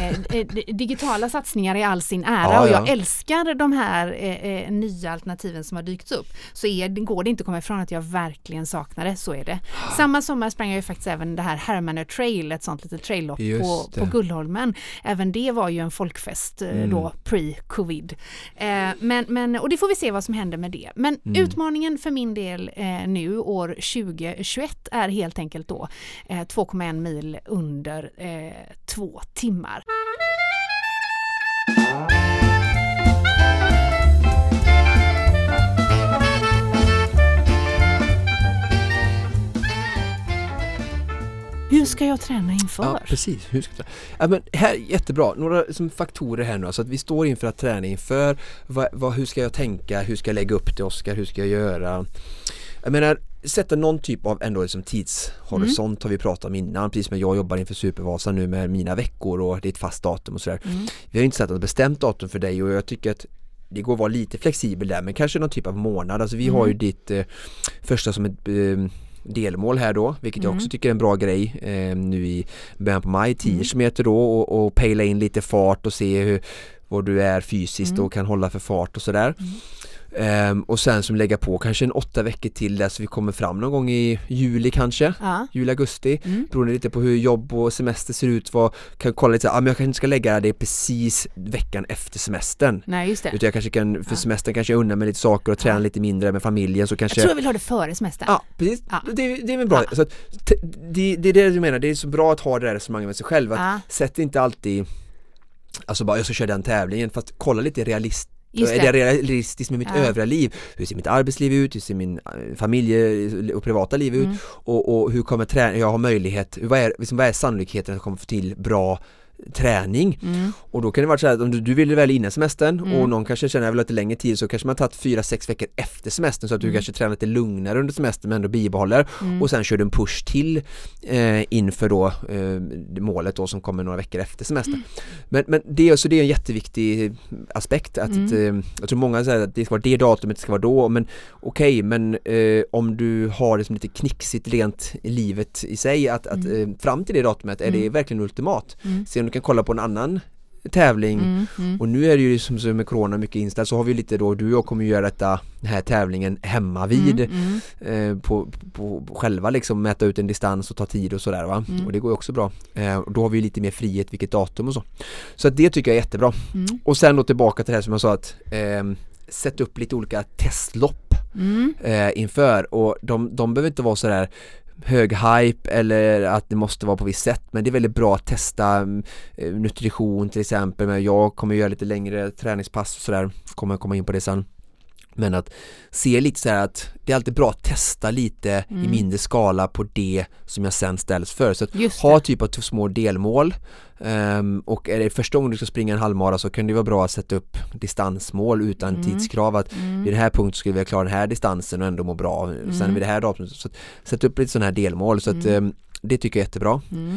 eh, digitala satsningar i all sin ära, ja, och jag ja. älskar de här eh, nya alternativen som har dykt upp, så är, går det inte att komma ifrån att jag verkligen saknar det, så är det. Samma sommar sprang jag ju faktiskt även det här Hermanö Trail, ett sånt litet traillopp på, på Gullholmen. Även det var ju en folkfest mm. då, pre-covid. Eh, men, men, och det får vi se vad som händer med det. Men mm. utmaningen för min del eh, nu, år tjugo tjugoett, är helt enkelt då eh, två komma en mil under eh, två timmar. Hur ska jag träna inför? Ja, precis. Hur ska jag ja, men här, jättebra. Några som faktorer här nu. Så att vi står inför att träna inför. Vad, vad, hur ska jag tänka? Hur ska jag lägga upp det, Oskar? Hur ska jag göra? Jag menar, sätta någon typ av ändå liksom tidshorisont mm. har vi pratat om innan. Precis som jag jobbar inför Supervasa nu med mina veckor och det är ett fast datum och sådär. Mm. Vi har inte satt ett bestämt datum för dig, och jag tycker att det går att vara lite flexibel där, men kanske någon typ av månad. Alltså vi mm. har ju ditt eh, första som ett eh, delmål här då, vilket mm. jag också tycker är en bra grej eh, nu i början på maj, tio mm. kilometer då, och, och pejla in lite fart och se hur, var du är fysiskt mm. och kan hålla för fart och sådär. Mm. Um, och sen som lägga på kanske en åtta veckor till där, så vi kommer fram någon gång i juli kanske, ja. juli, augusti, mm. beroende lite på hur jobb och semester ser ut. Vad, kan kolla lite så här, ah, men jag kanske inte ska lägga det precis veckan efter semestern. Nej, just det. Utan jag kanske kan, för ja. semestern kanske jag unnar mig lite saker och träna ja. lite mindre med familjen. Så kanske, jag tror jag vill ha det före semestern. Ja, precis. Ja. Det, det är väl bra. Ja. Så att, det, det är det du menar, det är så bra att ha det där resonemanget med sig själv. Att ja. sätt inte alltid, alltså bara jag ska köra den tävlingen, fast kolla lite realistiskt. Är det realistiskt med mitt ja. övriga liv? Hur ser mitt arbetsliv ut? Hur ser min familje- och privata liv ut? Mm. Och, och hur kommer träna? Jag har möjlighet, vad är, liksom, vad är sannolikheten att komma till bra träning? Mm. Och då kan det vara så här att om du, du vill väl innan semestern mm. och någon kanske känner att jag vill ha lite längre tid, så kanske man tagit fyra, sex veckor efter semestern, så att du mm. kanske tränar lite lugnare under semestern men ändå bibehåller mm. och sen kör du en push till eh, inför då eh, målet då som kommer några veckor efter semestern. Mm. Men, men det, är, så det är en jätteviktig aspekt att mm. eh, jag tror många säger att det ska vara det datumet, det ska vara då, men okej, okay, men eh, om du har det som lite knixigt rent i livet i sig, att, mm. att eh, fram till det datumet är det verkligen ultimat. Mm. Så om du kan kolla på en annan tävling Mm, mm. och nu är det ju som, som med corona mycket inställt, så har vi lite då, du och jag kommer ju göra detta, den här tävlingen hemma vid Mm, mm. eh, på, på, på själva liksom mäta ut en distans och ta tid och sådär va, Mm. och det går ju också bra. Eh, och då har vi lite mer frihet vilket datum och så. Så att det tycker jag är jättebra. Mm. Och sen då tillbaka till det här som jag sa, att eh, sätta upp lite olika testlopp Mm. eh, inför, och de, de behöver inte vara så där hög hype eller att det måste vara på visst sätt, men det är väldigt bra att testa eh, nutrition till exempel. Men jag kommer göra lite längre träningspass och sådär, kommer komma in på det sen. Men att se lite så här att det är alltid bra att testa lite Mm. i mindre skala på det som jag sen ställs för. Så att Just ha det. typ av små delmål. Um, och är det första gången du ska springa en halvmara, så kan det vara bra att sätta upp distansmål utan Mm. tidskrav. Att Mm. vid den här punkten skulle vi klara den här distansen och ändå må bra. Mm. Sen vid det här datumet. Så att sätta upp lite sådana här delmål. Så att Mm. um, det tycker jag är jättebra. Mm.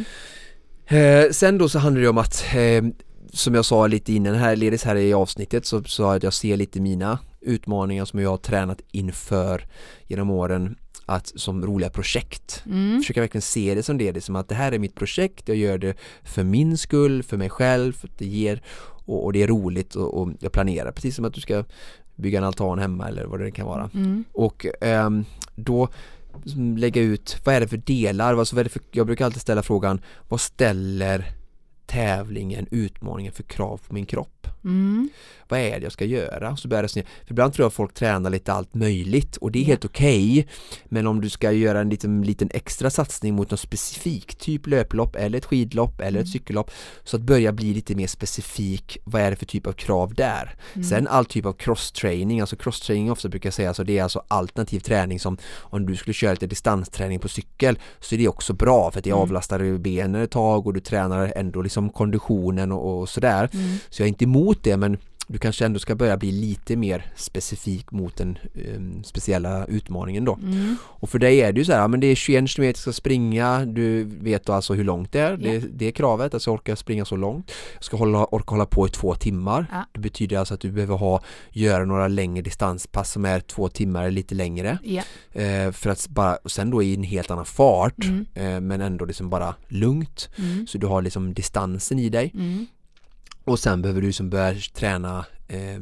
Eh, sen då så handlar det om att eh, som jag sa lite innan här, ledes här i avsnittet, så sa jag att jag ser lite mina utmaningar som jag har tränat inför genom åren, att som roliga projekt. Mm. Försöka verkligen se det som det, det är som att det här är mitt projekt, jag gör det för min skull, för mig själv, för att det ger, och, och det är roligt, och, och jag planerar precis som att du ska bygga en altan hemma eller vad det kan vara. Mm. Och ehm, då lägga ut, vad är det för delar, alltså, vad är det för, jag brukar alltid ställa frågan, vad ställer tävlingen, utmaningen för krav på min kropp? Mm. Vad är det jag ska göra? Så börjar jag sned. För ibland tror jag att folk tränar lite allt möjligt, och det är Ja. helt okej. Okay. Men om du ska göra en liten, liten extra satsning mot något specifikt, typ löplopp eller ett skidlopp eller Mm. ett cykellopp, så att börja bli lite mer specifik, vad är det för typ av krav där? Mm. Sen all typ av cross-training, alltså cross-training ofta brukar jag säga, alltså det är alltså alternativ träning, som om du skulle köra lite distansträning på cykel, så är det också bra för att det Mm. avlastar benen ett tag och du tränar ändå liksom konditionen och, och sådär. Mm. Så jag är inte emot det, men du kanske ändå ska börja bli lite mer specifik mot den um, speciella utmaningen då. Mm. Och för dig är det ju så här, ja, men det är tjugoen kilometer ska springa, du vet då alltså hur långt det är. Ja. Det, det är kravet, alltså jag orkar springa så långt. Jag ska hålla, orka hålla på i två timmar. Ja. Det betyder alltså att du behöver ha, göra några längre distanspass som är två timmar eller lite längre. Ja. Eh, för att bara, och sen då i en helt annan fart, Mm. eh, men ändå liksom bara lugnt. Mm. Så du har liksom distansen i dig. Mm. Och sen behöver du som börja träna eh,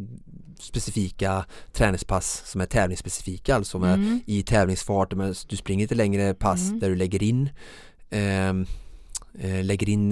specifika träningspass som är tävlingsspecifika, alltså med, Mm. i tävlingsfart, men du springer lite längre pass Mm. där du lägger in eh, eh, lägger in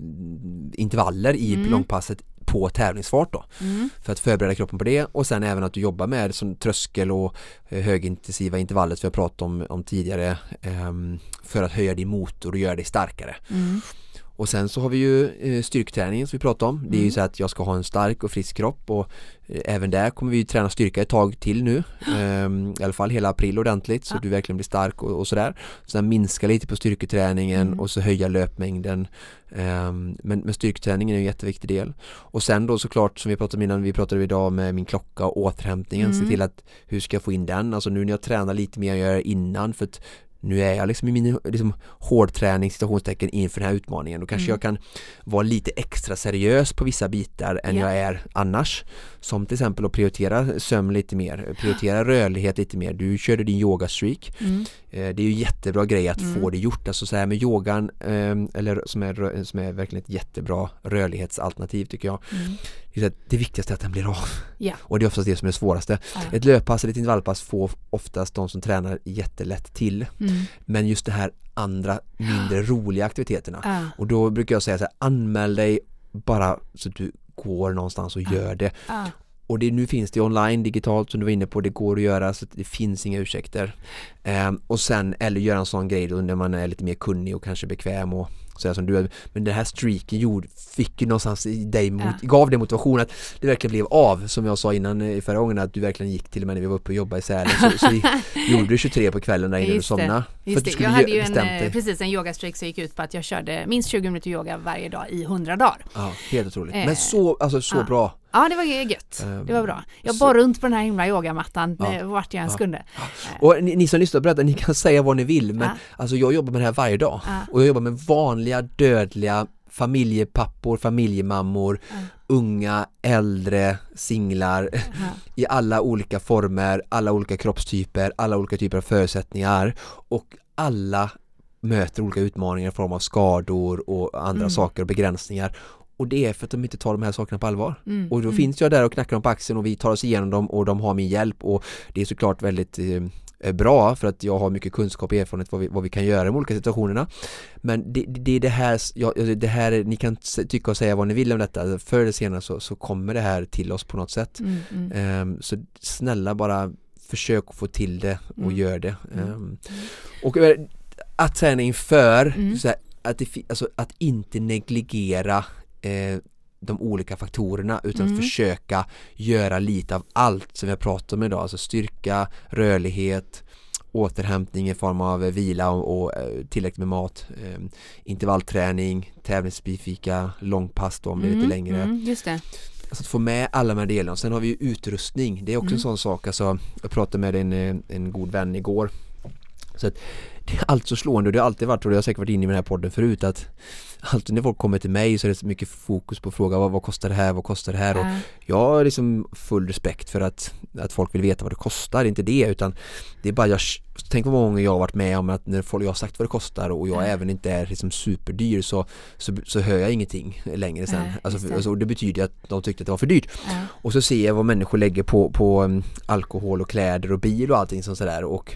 intervaller i Mm. långpasset på tävlingsfart då, Mm. för att förbereda kroppen på det, och sen även att du jobbar med som tröskel och eh, högintensiva intervaller som jag pratade om, om tidigare, eh, för att höja din motor och göra dig starkare. Mm. Och sen så har vi ju eh, styrketräningen som vi pratade om. Det är ju Mm. så att jag ska ha en stark och frisk kropp, och eh, även där kommer vi ju träna styrka ett tag till nu. Ehm, I alla fall hela april ordentligt, så Ja. du verkligen blir stark och, och sådär. Sen minska lite på styrketräningen Mm. och så höja löpmängden. Ehm, men, men styrketräningen är en jätteviktig del. Och sen då såklart, som vi pratade om innan, vi pratade idag med min klocka och återhämtningen. Mm. Se till att, hur ska jag få in den? Alltså nu när jag tränar lite mer än jag gör innan, för att nu är jag liksom i min liksom, hårdträning citationstecken inför den här utmaningen. Då kanske Mm. jag kan vara lite extra seriös på vissa bitar än Ja. jag är annars. Som till exempel att prioritera sömn lite mer, prioritera rörlighet lite mer. Du körde din yogastreak. Mm. Eh, det är ju jättebra grej att Mm. få det gjort. Alltså så här med yogan, eh, eller som är, rö- som är verkligen ett jättebra rörlighetsalternativ tycker jag. Mm. Det, är så att det viktigaste är att den blir av. Ja. Och det är oftast det som är det svåraste. Ja. Ett löppass eller ett intervallpass får oftast de som tränar jättelätt till. Mm. Men just det här andra mindre roliga aktiviteterna. Ja. Och då brukar jag säga så här, anmäl dig bara så att du går någonstans och Ja. gör det. Ja. Och det, nu finns det online, digitalt som du var inne på, det går att göra, så att det finns inga ursäkter. Ehm, och sen, eller göra en sån grej då när man är lite mer kunnig och kanske bekväm och så här som du är. Men den här streaken gjorde, fick ju någonstans i dig, mot, Ja. gav dig motivation att det verkligen blev av, som jag sa innan i förra gången, att du verkligen gick till och med när vi var uppe och jobbade i Sälen, så, så gjorde du tjugotre på kvällen där innan du Just det. somnade. För Just att du det. skulle Jag hade ju gö- en, bestämt eh, dig. precis en yogastreak som gick ut på att jag körde minst tjugo minuter yoga varje dag i hundra dagar. Ja, helt otroligt. Eh, Men så, alltså så ja. bra. Ja, det var gött. Ehm, Det var bra. Jag så- bar runt på den här himla yogamattan Ja. eh, vart jag än Ja. kunde. Och ni, ni som lyssnar, berätta, ni kan säga vad ni vill, men Ja. alltså jag jobbar med det här varje dag. Ja. Och jag jobbar med vanliga, dödliga familjepappor, familjemammor, Ja. unga, äldre, singlar, Ja. i alla olika former, alla olika kroppstyper, alla olika typer av förutsättningar, och alla möter olika utmaningar i form av skador och andra Mm. saker och begränsningar. Och det är för att de inte tar de här sakerna på allvar. Mm, och då mm. finns jag där och knackar dem på axeln och vi tar oss igenom dem och de har min hjälp. Och det är såklart väldigt eh, bra för att jag har mycket kunskap och erfarenhet vad vi, vad vi kan göra i de olika situationerna. Men det, det, det är det här, ja, det här, ni kan tycka och säga vad ni vill om detta. Förr eller senare så, så kommer det här till oss på något sätt. Mm, mm. Um, så snälla bara försök att få till det och Mm. gör det. Mm. Um, och att träna inför Mm. så här, att, det, alltså, att inte negligera eh, de olika faktorerna utan Mm. att försöka göra lite av allt som vi har pratat om idag. Alltså styrka, rörlighet, återhämtning i form av vila och, och tillräckligt med mat, eh, intervallträning, tävlingsspecifika långpass då, om det är lite längre. Mm, just det. Alltså att få med alla de här delarna. Sen har vi ju utrustning. Det är också Mm. en sån sak. Alltså, jag pratade med en, en god vän igår. Så att det är allt så slående och det har alltid varit, och det har säkert varit inne i den här podden förut, att alltid när folk kommer till mig så är det så mycket fokus på att fråga vad, vad kostar det här, vad kostar det här? Äh. Och jag har liksom full respekt för att, att folk vill veta vad det kostar, inte det, utan det är bara, jag tänk vad många gånger jag har varit med om att när folk, jag har sagt vad det kostar och jag äh. även inte är liksom superdyr så, så, så hör jag ingenting längre sen. Äh, alltså, det. Alltså, det betyder att de tyckte att det var för dyrt. Äh. Och så ser jag vad människor lägger på, på um, alkohol och kläder och bil och allting sånt sådär, och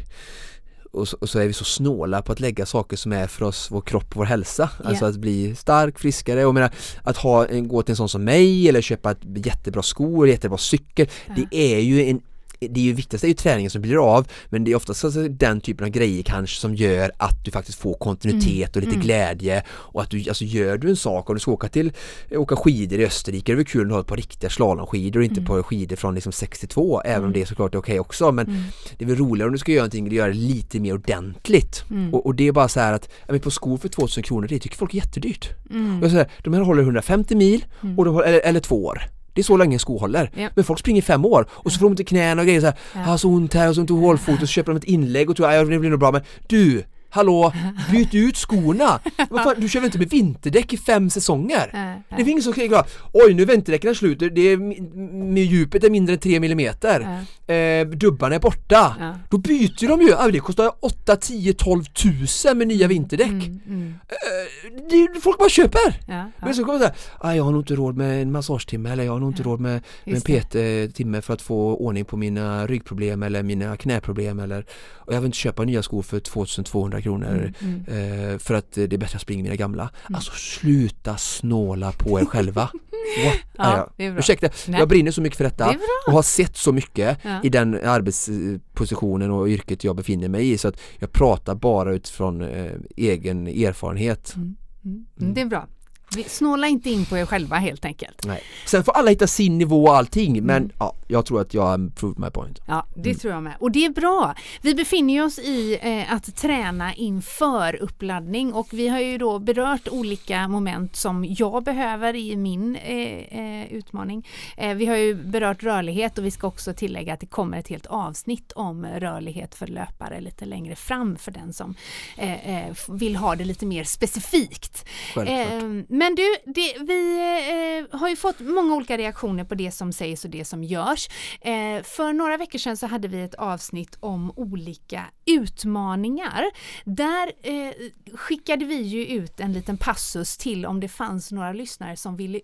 Och så, och så är vi så snåla på att lägga saker som är för oss, vår kropp och vår hälsa. Yeah. Alltså att bli stark, friskare. Och menar, att ha, gå till en sån som mig eller köpa ett jättebra skor, jättebra cykel. Yeah. Det är ju en det är ju viktigast är ju träningen som blir av, men det är oftast alltså den typen av grejer kanske som gör att du faktiskt får kontinuitet och lite mm. glädje, och att du, alltså gör du en sak och du ska åka till åka skidor i Österrike, det är väl kul att ha ett par riktiga slalomskidor och inte mm. på skidor från liksom sextiotvå, även mm. om det är såklart okej okay också, men mm. det är väl roligare om du ska göra någonting och göra det lite mer ordentligt mm. och, och det är bara så här att ja, men på skor för tvåtusen kronor, det tycker folk är jättedyrt mm. och så här, de här håller hundrafemtio mil mm. och de håller, eller, eller två år. Det är så länge en sko håller. Yep. Men folk springer fem år och så får de inte knäna och grejer så här. Ja. Ah, så ont här och så ont i hålfot och så köper de ett inlägg och tror att det blir nog bra. Men du, hallå, byt ut skorna. Vad fan, du kör väl inte med vinterdäck i fem säsonger? Ja. Det finns så kring. Oj, nu är vinterdäcken slut. Det är med djupet är mindre än tre millimeter. Ja. Eh, dubbarna är borta. Ja. Då byter de ju. Det kostar åtta, tio, tolv tusen med nya vinterdäck. Mm, mm. Eh, det, folk bara köper. Ja, ja. Men så kommer det ah, jag har nog inte råd med en massagetimme, eller jag har nog inte ja. råd med, med en P T-timme för att få ordning på mina ryggproblem eller mina knäproblem, eller, och jag vill inte köpa nya skor för tvåtusentvåhundra kronor mm, mm. Eh, för att det är bättre att springa mina gamla. Mm. Alltså sluta snåla på er själva. What? Ja, det är bra. Ursäkta, Nej. jag brinner så mycket för detta och har sett så mycket ja. i den arbetspositionen och yrket jag befinner mig i, så att jag pratar bara utifrån eh, egen erfarenhet. Mm. Mm. Mm. Det är bra. Snåla inte in på er själva helt enkelt. Nej. Sen får alla hitta sin nivå och allting, men mm. ja, jag tror att jag har proved my point. Ja, det mm. tror jag med. Och det är bra. Vi befinner oss i eh, att träna inför uppladdning, och vi har ju då berört olika moment som jag behöver i min eh, eh, utmaning. Eh, vi har ju berört rörlighet, och vi ska också tillägga att det kommer ett helt avsnitt om rörlighet för löpare lite längre fram för den som eh, eh, vill ha det lite mer specifikt. Självklart. Men du, det, vi eh, har ju fått många olika reaktioner på det som sägs och det som görs. Eh, för några veckor sedan så hade vi ett avsnitt om olika utmaningar. Där eh, skickade vi ju ut en liten passus till om det fanns några lyssnare som ville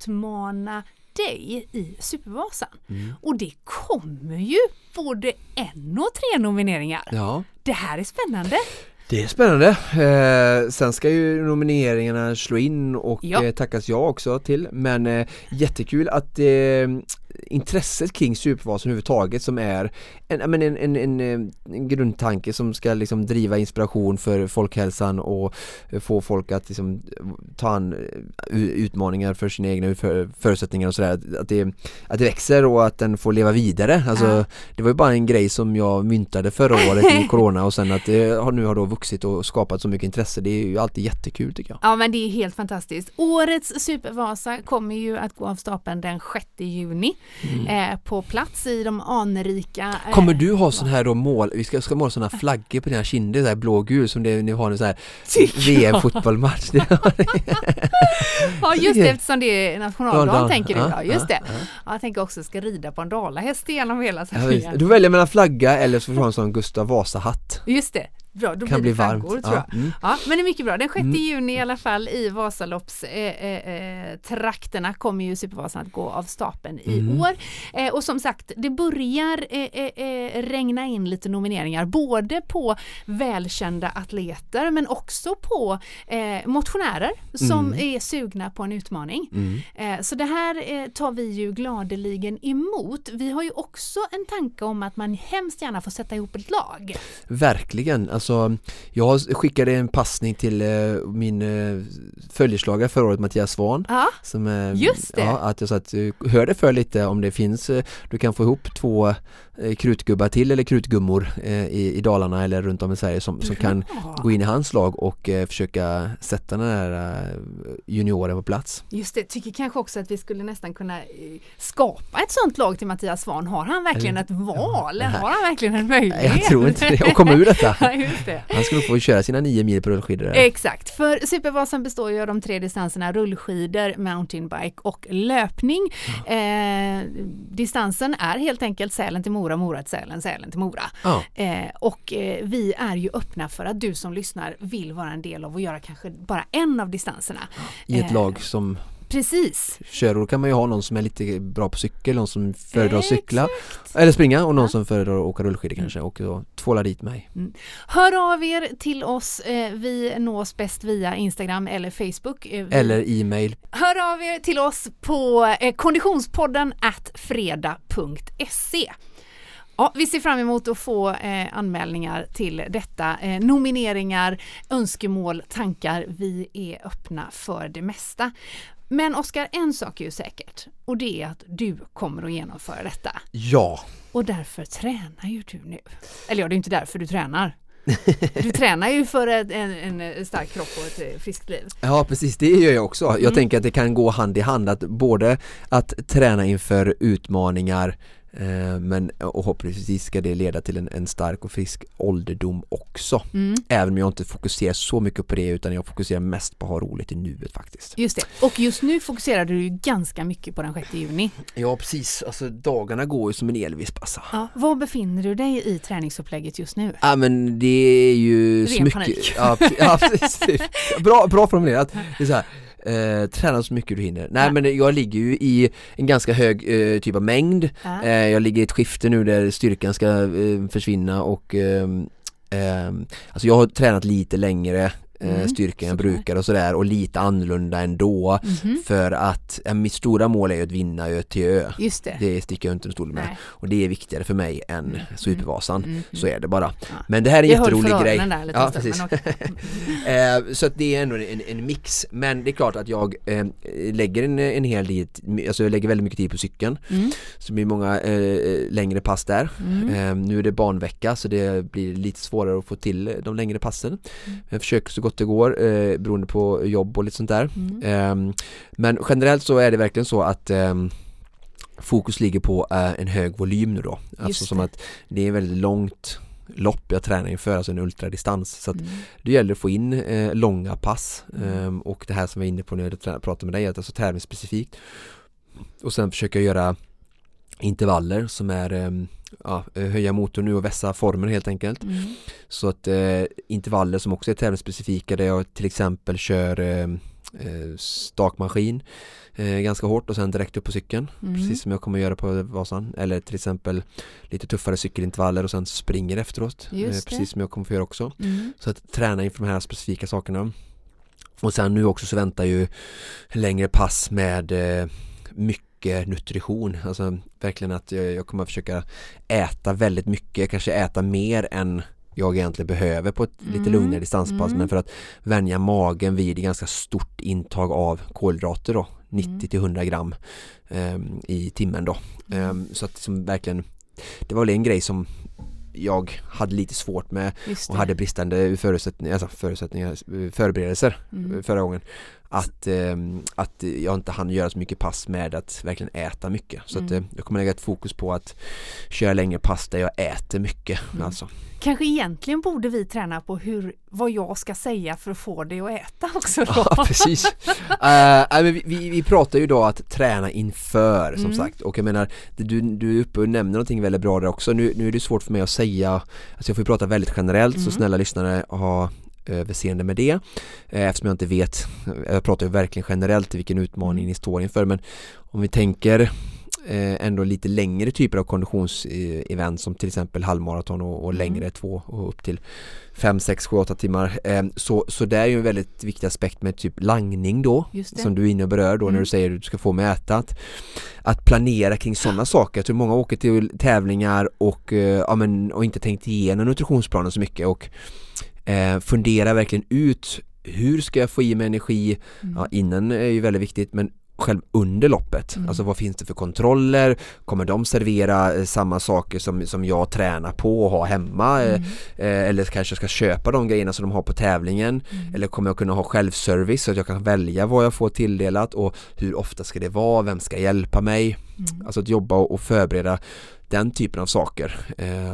utmana dig i Supervasan. Mm. Och det kommer ju både en och tre nomineringar. Ja. Det här är spännande. Det är spännande. Eh, sen ska ju nomineringarna slå in och ja. eh, tackas jag också till. Men eh, jättekul att eh, intresset kring Supervasan överhuvudtaget, som är en, en, en, en, en grundtanke som ska liksom driva inspiration för folkhälsan och få folk att liksom ta an utmaningar för sina egna för, förutsättningar och sådär. Att det, att det växer och att den får leva vidare. Alltså, ja. Det var ju bara en grej som jag myntade förra året i corona, och sen att det har, nu har då vuxit och skapat så mycket intresse. Det är ju alltid jättekul, tycker jag. Ja, men det är helt fantastiskt. Årets Supervasa kommer ju att gå av stapeln den sjätte juni mm. eh, på plats i de anrika... Eh, kommer du ha sån här då mål, vi ska, ska måla såna flaggor på dina kinder, så här blågul, som det, ni har en så här V M-fotbollmatch. Ja, just det, eftersom det är nationaldagen, ja, tänker du. Ja, just ja, det. Ja. Ja, jag tänker också ska rida på en dalahäst genom hela Sverige. Ja, du väljer mellan flagga eller så får du ha en sån Gustav Vasa-hatt. Just det. Bra, då kan blir det bli flaggor, varmt. tror Ja, jag. mm. Ja, men det är mycket bra. Den sjätte Mm. juni i alla fall i Vasalopps eh, eh, trakterna kommer ju Supervasan att gå av stapeln i Mm. år. Eh, och som sagt, det börjar eh, eh, regna in lite nomineringar både på välkända atleter men också på eh, motionärer som Mm. är sugna på en utmaning. Mm. Eh, så det här eh, tar vi ju gladeligen emot. Vi har ju också en tanke om att man hemskt gärna får sätta ihop ett lag. Verkligen. Alltså, jag skickade en passning till eh, min eh, följeslagare förra året, Mattias Svahn. Ja, Som, eh, just det. Ja, att jag sa att eh, hör det för lite om det finns, eh, du kan få ihop två eh, krutgubbar till eller krutgummor eh, i, i Dalarna eller runt om i Sverige som, som kan Bra. gå in i hans lag och eh, försöka sätta den här eh, junioren på plats. Just det, tycker kanske också att vi skulle nästan kunna eh, skapa ett sånt lag till Mattias Svahn. Har han verkligen Eller- ett val? Ja, Har han verkligen en möjlighet? Jag tror inte det. Och komma ur detta. Ja, just det. Han skulle få köra sina nio mil på rullskidor. Exakt, för Supervasan består ju av de tre distanserna rullskidor, mountainbike och löpning. Eh, distansen är helt enkelt Sälen till Mora, Mora till Sälen, Sälen till Mora. Ja. Eh, och eh, vi är ju öppna för att du som lyssnar vill vara en del av att göra kanske bara en av distanserna. I ett Eh, lag som Precis. kör, och då kan man ju ha någon som är lite bra på cykel, någon som föredrar att cykla Exakt. eller springa och någon Ja. som föredrar att åka rullskidor kanske och då tvåla dit mig. Hör av er till oss. Eh, vi nås bäst via Instagram eller Facebook. Eh, vi... Eller e-mail. Hör av er till oss på eh, konditionspodden at freda punkt se. Ja, vi ser fram emot att få eh, anmälningar till detta. Eh, nomineringar, önskemål, tankar. Vi är öppna för det mesta. Men Oskar, en sak är ju säkert. Och det är att du kommer att genomföra detta. Ja. Och därför tränar ju du nu. Eller ja, det är inte därför du tränar. Du tränar ju för ett, en, en stark kropp och ett eh, friskt liv. Ja, precis. Det gör jag också. Jag Mm. tänker att det kan gå hand i hand, att både att träna inför utmaningar eh, men och hoppningsvis ska det leda till en, en stark och frisk ålderdom också. Mm. Även om jag inte fokuserar så mycket på det, utan jag fokuserar mest på att ha roligt i nuet faktiskt. Just det. Och just nu fokuserar du ju ganska mycket på den sjätte juni. Ja, precis. Alltså dagarna går ju som en elvisp alltså. Ja, var befinner du dig i träningsupplägget just nu? Ja, men det är ju Ren så mycket. panik. Ja, pre- ja, precis. Bra, bra formulerat. Det är så här. Eh, träna så mycket du hinner. Nej, Ja. men jag ligger ju i en ganska hög eh, typ av mängd. Ja. Eh, jag ligger i ett skifte nu där styrkan ska eh, försvinna och eh, eh, alltså jag har tränat lite längre eh, Mm, styrka än jag såklart. brukar och sådär, och lite annorlunda ändå Mhm. för att eh, mitt stora mål är ju att vinna Ö till Ö. Just det. Det sticker jag inte en stol med. Nej. Och det är viktigare för mig än Mm. Supervasan. Mm. Så är det bara. Ja. Men det här är en Jag höll jätterolig för grej. öronen där lite Ja, stund, precis. men okej. Eh, så att det är ändå en, en mix. Men det är klart att jag eh, lägger en, en hel del, alltså jag lägger väldigt mycket tid på cykeln. Mm. Så det blir många eh, längre pass där. Mm. Eh, nu är det barnvecka så det blir lite svårare att få till de längre passen. Mm. Jag försöker så gott det går eh, beroende på jobb och lite sånt där. Mm. Eh, men generellt så är det verkligen så att eh, fokus ligger på eh, en hög volym nu då. Alltså Just som det. att det är väldigt långt lopp jag tränar inför, alltså en ultradistans. Så att Mm. det gäller att få in eh, långa pass Mm. ehm, och det här som vi är inne på när jag trä- pratar med dig, att alltså tävlingsspecifikt. Och sen försöka göra intervaller som är ehm, ja, höja motorn nu och vässa formen helt enkelt. Mm. Så att eh, intervaller som också är tävlingsspecifika, där jag till exempel kör eh, eh, stakmaskin eh, ganska hårt och sen direkt upp på cykeln. Mm. Precis som jag kommer göra på Vasan. Eller till exempel lite tuffare cykelintervaller och sen springer efteråt. Just Eh, det. precis som jag kommer få göra också. Mm. Så att träna inför de här specifika sakerna. Och sen nu också så väntar ju längre pass med eh, mycket nutrition. Alltså verkligen att jag, jag kommer att försöka äta väldigt mycket. Kanske äta mer än jag egentligen behöver på ett Mm. lite lugnare distanspass. Mm. Men för att vänja magen vid ganska stort intag av kolhydrater då. nittio till hundra gram eh, i timmen då. Eh, så att liksom verkligen, det var väl en grej som jag hade lite svårt med Just och det. hade bristande förutsättningar, alltså förutsättningar förberedelser Mm. förra gången. att, eh, att jag inte hann göra så mycket pass med att verkligen äta mycket. Så mm. att, eh, jag kommer lägga ett fokus på att köra längre pass där jag äter mycket. Mm. Alltså. Kanske egentligen borde vi träna på hur, vad jag ska säga för att få det att äta också då. Ja, precis. uh, vi, vi, vi pratar ju då att träna inför, som mm. sagt. Och jag menar, du, du är uppe och nämner någonting väldigt bra där också. Nu, nu är det svårt för mig att säga, alltså jag får ju prata väldigt generellt, mm. så snälla lyssnare har överseende med det. Eftersom jag inte vet, jag pratar ju verkligen generellt vilken utmaning ni står inför. Men om vi tänker ändå lite längre typer av konditionsevent som till exempel halvmaraton och, och längre mm. två och upp till fem, sex, sju, åtta timmar. Så, så det är ju en väldigt viktig aspekt med typ langning då, som du är inne och berör då mm. när du säger att du ska få mig äta. Att, att planera kring sådana saker. Jag tror många åker till tävlingar och, ja, men, och inte tänkt igenom nutritionsplanen så mycket och eh, fundera verkligen ut hur ska jag få i mig energi. Mm. Ja, innan är ju väldigt viktigt, men själv under loppet. Mm. Alltså vad finns det för kontroller? Kommer de servera eh, samma saker som, som jag tränar på och har hemma? Mm. Eh, eller kanske ska köpa de grejerna som de har på tävlingen? Mm. Eller kommer jag kunna ha självservice så att jag kan välja vad jag får tilldelat? Och hur ofta ska det vara? Vem ska hjälpa mig? Mm. Alltså att jobba och förbereda den typen av saker. Eh,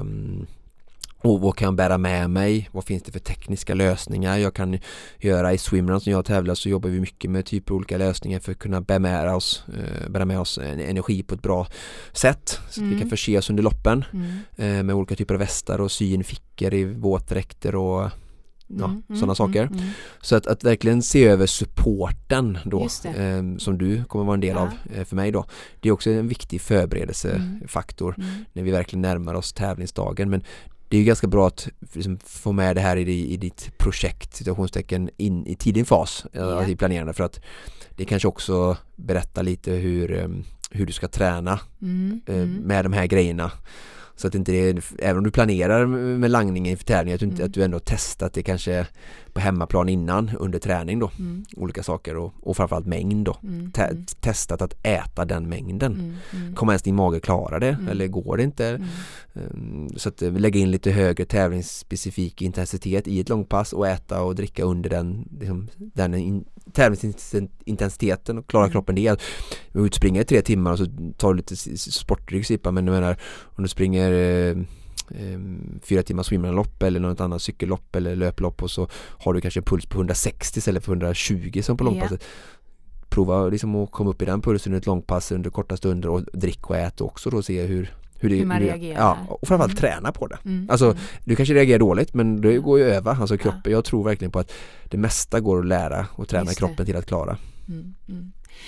Och vad kan jag bära med mig? Vad finns det för tekniska lösningar jag kan göra i swimrun som jag tävlar, så jobbar vi mycket med typ av olika lösningar för att kunna bära med oss, eh, bära med oss energi på ett bra sätt så att mm. vi kan förse oss under loppen mm. eh, med olika typer av västar och synfickor i våtdräkter och ja, mm, sådana mm, saker. Mm, mm. Så att, att verkligen se över supporten då eh, som du kommer vara en del ja. av eh, för mig då. Det är också en viktig förberedelsefaktor mm. mm. när vi verkligen närmar oss tävlingsdagen. Men det är ju ganska bra att liksom få med det här i, i ditt projekt, situationstecken, in i tidig fas yeah. i planerande, för att det kanske också berättar lite hur, hur du ska träna mm, eh, mm. med de här grejerna. Så att inte det, även om du planerar med langningen inför tävling, att du, inte, mm. att du ändå testat det kanske på hemmaplan innan under träning då. Mm. Olika saker och, och framförallt mängd då. Mm. Te- testat att äta den mängden. Mm. Mm. Kommer ens din mage klara det mm. eller går det inte? Mm. Um, så att lägga in lite högre tävlingsspecifik intensitet i ett långpass och äta och dricka under den, liksom, den in, tävlingsintensiteten och klara mm. kroppen det. Du springer i tre timmar och så tar du lite sportdryck, men jag menar, om du springer eh, fyra timmars swimrunlopp eller något annat cykellopp eller löplopp och så har du kanske en puls på hundrasextio istället för hundratjugo som på långpasset. Yeah. Prova liksom att komma upp i den pulsen under ett långpass under korta stunder och dricka och äta också då och se hur hur, det, hur man hur, reagerar. Ja, och framförallt mm. träna på det. Mm. Alltså, mm. du kanske reagerar dåligt, men det går ju över. Alltså kroppen, ja. jag tror verkligen på att det mesta går att lära och träna kroppen till att klara. Mm. Mm.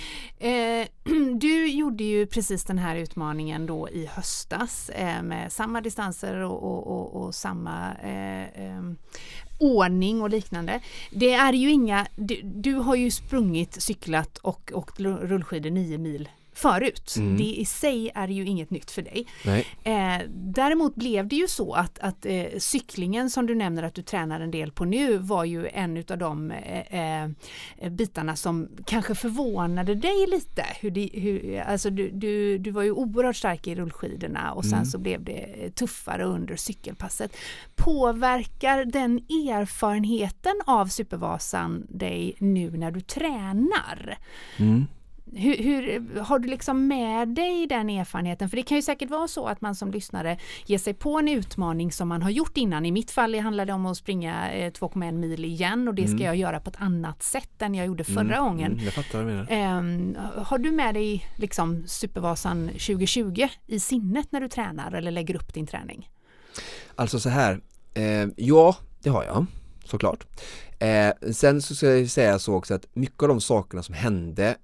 Eh, du gjorde ju precis den här utmaningen då i höstas eh, med samma distanser och, och, och, och samma eh, eh, ordning och liknande. Det är ju inga, du, du har ju sprungit, cyklat och åkt rullskidor nio mil förut. Mm. Det i sig är ju inget nytt för dig. Eh, däremot blev det ju så att, att eh, cyklingen som du nämner att du tränar en del på nu var ju en av de eh, eh, bitarna som kanske förvånade dig lite. Hur det, hur, alltså du, du, du var ju oerhört stark i rullskidorna och sen mm. så blev det tuffare under cykelpasset. Påverkar den erfarenheten av Supervasan dig nu när du tränar? Mm. Hur, hur har du liksom med dig den erfarenheten? För det kan ju säkert vara så att man som lyssnare ger sig på en utmaning som man har gjort innan. I mitt fall handlade det om att springa eh, två komma en mil igen och det ska mm. jag göra på ett annat sätt än jag gjorde förra mm. gången. Mm, jag fattar vad du menar. Um, har du med dig liksom Supervasan tjugo tjugo i sinnet när du tränar eller lägger upp din träning? Alltså så här, eh, ja det har jag såklart. Eh, sen så ska jag säga så också att mycket av de sakerna som hände,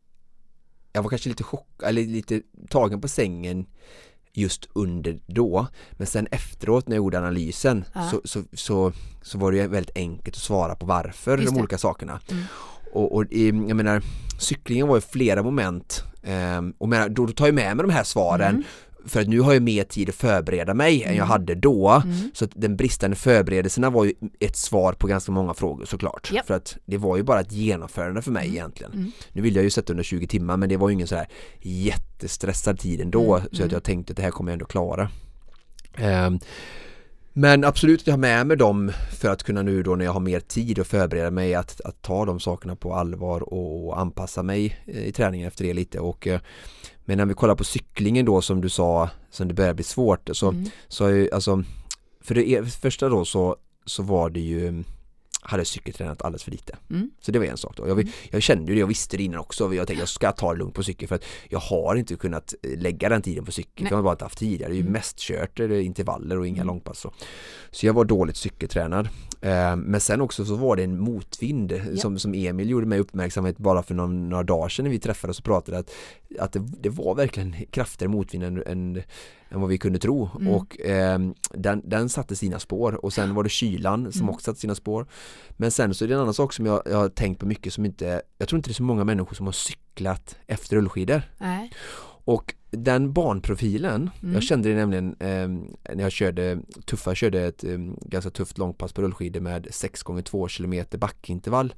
jag var kanske lite chock eller lite tagen på sängen just under då, men sen efteråt när jag gjorde analysen ja. så, så, så, så var det väldigt enkelt att svara på varför de olika sakerna. Mm. Och, och jag menar, cyklingen var ju flera moment um, och menar, då, då tar jag med mig de här svaren mm. för att nu har jag mer tid att förbereda mig mm. än jag hade då. Mm. Så att den bristande förberedelserna var ju ett svar på ganska många frågor såklart. Yep. För att det var ju bara ett genomförande för mig mm. egentligen. Mm. Nu vill jag ju sätta under tjugo timmar, men det var ju ingen så här jättestressad tid ändå. Mm. Så att jag tänkte att det här kommer jag ändå klara. Um, Men absolut att jag har med mig dem för att kunna nu då när jag har mer tid och förbereda mig att, att ta de sakerna på allvar och anpassa mig i träningen efter det lite. Och, men när vi kollar på cyklingen då som du sa, som det börjar bli svårt, så, mm. så är, alltså, för det första då så, så var det ju hade cykeltränat alldeles för lite. Mm. Så det var en sak då. Jag, jag kände ju det, jag visste det innan också. Jag tänkte jag ska ta det lugnt på cykel för att jag har inte kunnat lägga den tiden på cykel. Nej. Jag har bara inte haft tid. Det är ju mm. mest kört eller intervaller och inga mm. långpass. Så. så jag var dåligt cykeltränad. Eh, men sen också så var det en motvind ja. som, som Emil gjorde mig uppmärksamhet bara för någon, några dagar sedan när vi träffades och pratade att, att det, det var verkligen kraftigare motvind än, än än vad vi kunde tro. Mm. Och eh, den, den satte sina spår. Och sen var det kylan som mm. också satte sina spår. Men sen så är det en annan sak som jag, jag har tänkt på mycket som inte, jag tror inte det är så många människor som har cyklat efter rullskidor. Nej. Och den banprofilen, mm. jag kände det nämligen eh, när jag körde, tuffa körde ett eh, ganska tufft långpass på rullskidor med sex gånger två kilometer backintervall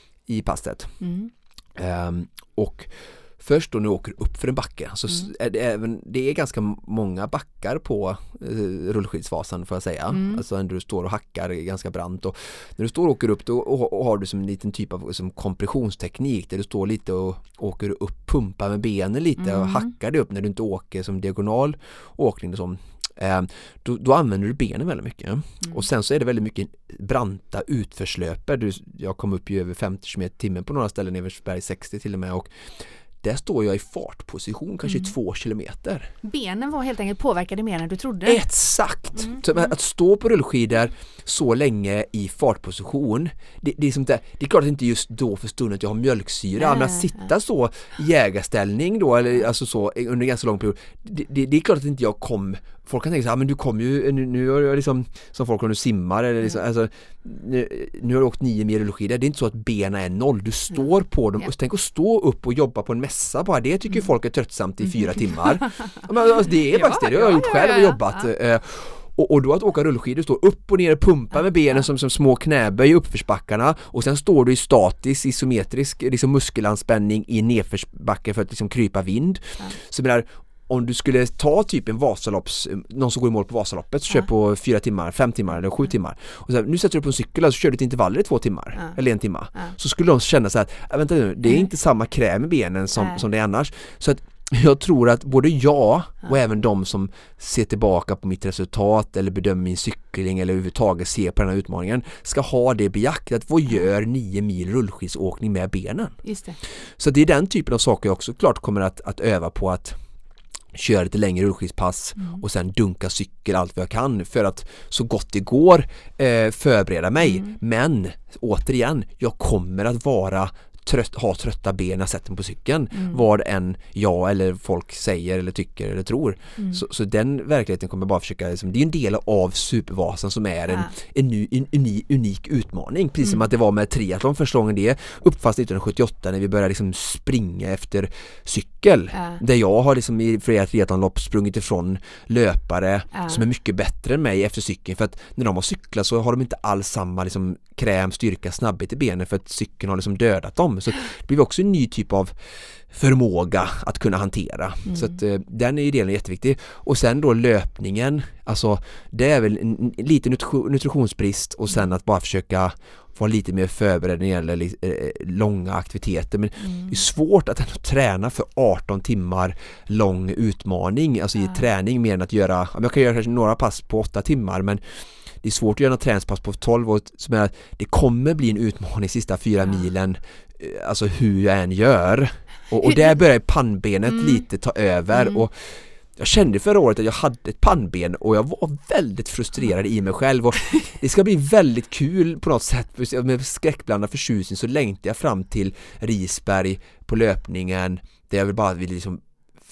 i passet. Mm. Eh, och först då när du åker upp för en backe så mm. är det, även, det är ganska många backar på eh, rullskidsvasan får jag säga. Mm. Alltså när du står och hackar ganska brant och när du står och åker upp då och, och har du som en liten typ av som kompressionsteknik där du står lite och åker upp, pumpar med benen lite mm. och hackar dig upp när du inte åker som diagonal åkning och så. Eh, då, då använder du benen väldigt mycket. Mm. Och sen så är det väldigt mycket branta utförslöper. Du, jag kom upp i över femtio kilometer i timmen på några ställen, Eversberg sextio till och med, och där står jag i fartposition, kanske mm. två kilometer. Benen var helt enkelt påverkade mer än du trodde. Exakt! Mm. Så att stå på rullskidor så länge i fartposition, det, det, är som det, det är klart att inte just då för stunden att jag har mjölksyra, äh, men att sitta så i jägarställning då, eller alltså så under en ganska lång period, det, det, det är klart att inte jag kom. Folk kan tänka så här, men du kom ju, nu, nu har jag liksom, som folk om du simmar, eller liksom, mm. alltså, nu, nu har du åkt nio mil rullskidor, det är inte så att benen är noll, du står mm. på dem, och tänk att stå upp och jobba på en mässa bara, det tycker mm. folk är tröttsamt i fyra timmar. Men, alltså, det är ja, faktiskt det, det har jag gjort själv och jobbat. Ja, ja. Och, och då att åka rullskidor, stå upp och ner och pumpa ja, med benen ja. som, som små knäböj i uppförsbackarna, och sen står du i statisk, isometrisk liksom muskelanspänning i nedförsbacke för att liksom krypa vind. Ja. Så menar, om du skulle ta typ en Vasalopps, någon som går i mål på Vasaloppet, så ja. kör på fyra timmar, fem timmar eller sju timmar. Och så här, nu sätter du på en cykel och så kör du ett intervaller i två timmar ja. eller en timme. Ja. Så skulle de känna så här, vänta nu, det är inte samma kräm i benen som, som det är annars. Så att jag tror att både jag och ja. även de som ser tillbaka på mitt resultat eller bedömer min cykling eller överhuvudtaget ser på den här utmaningen ska ha det beaktat. Vad gör nio mil rullskidsåkning med benen? Just det. Så det är den typen av saker jag också klart kommer att, att öva på, att köra lite längre rullskidspass mm. och sen dunka cykel allt vad jag kan för att så gott det går eh, förbereda mig. Mm. Men återigen, jag kommer att vara trött, ha trötta ben när jag sätter på cykeln. Mm. Vad än jag eller folk säger eller tycker eller tror. Mm. Så, så den verkligheten kommer jag bara försöka, liksom, det är en del av Supervasan som är en, ja. en, en, en unik, unik utmaning. Precis mm. som att det var med triathlon första gången det uppfanns nittonhundrasjuttioåtta när vi började liksom springa efter cykel. Ja. Där jag har liksom i flera triathlonlopp sprungit ifrån löpare ja. som är mycket bättre än mig efter cykeln, för att när de har cyklat så har de inte alls samma liksom kräm, styrka, snabbhet i benen för att cykeln har liksom dödat dem. Så det blir också en ny typ av förmåga att kunna hantera. Mm. Så att eh, den är ju delen jätteviktig. Och sen då löpningen, alltså det är väl en, en liten nutritionsbrist, och sen att bara försöka vara lite mer förberedd när det gäller eh, långa aktiviteter. Men mm. det är svårt att ändå träna för arton timmar lång utmaning, alltså ja. i träning, mer än att göra, jag kan göra kanske några pass på åtta timmar, men det är svårt att göra en träningspass på tolv, och som är, det kommer bli en utmaning sista fyra ja. milen, alltså hur jag än gör. Och, och där börjar pannbenet mm. lite ta över. Mm. Och jag kände förra året att jag hade ett pannben och jag var väldigt frustrerad i mig själv. Och det ska bli väldigt kul på något sätt. Med skräckblandad förtjusning så längtar jag fram till Risberg på löpningen, där jag vill bara vill liksom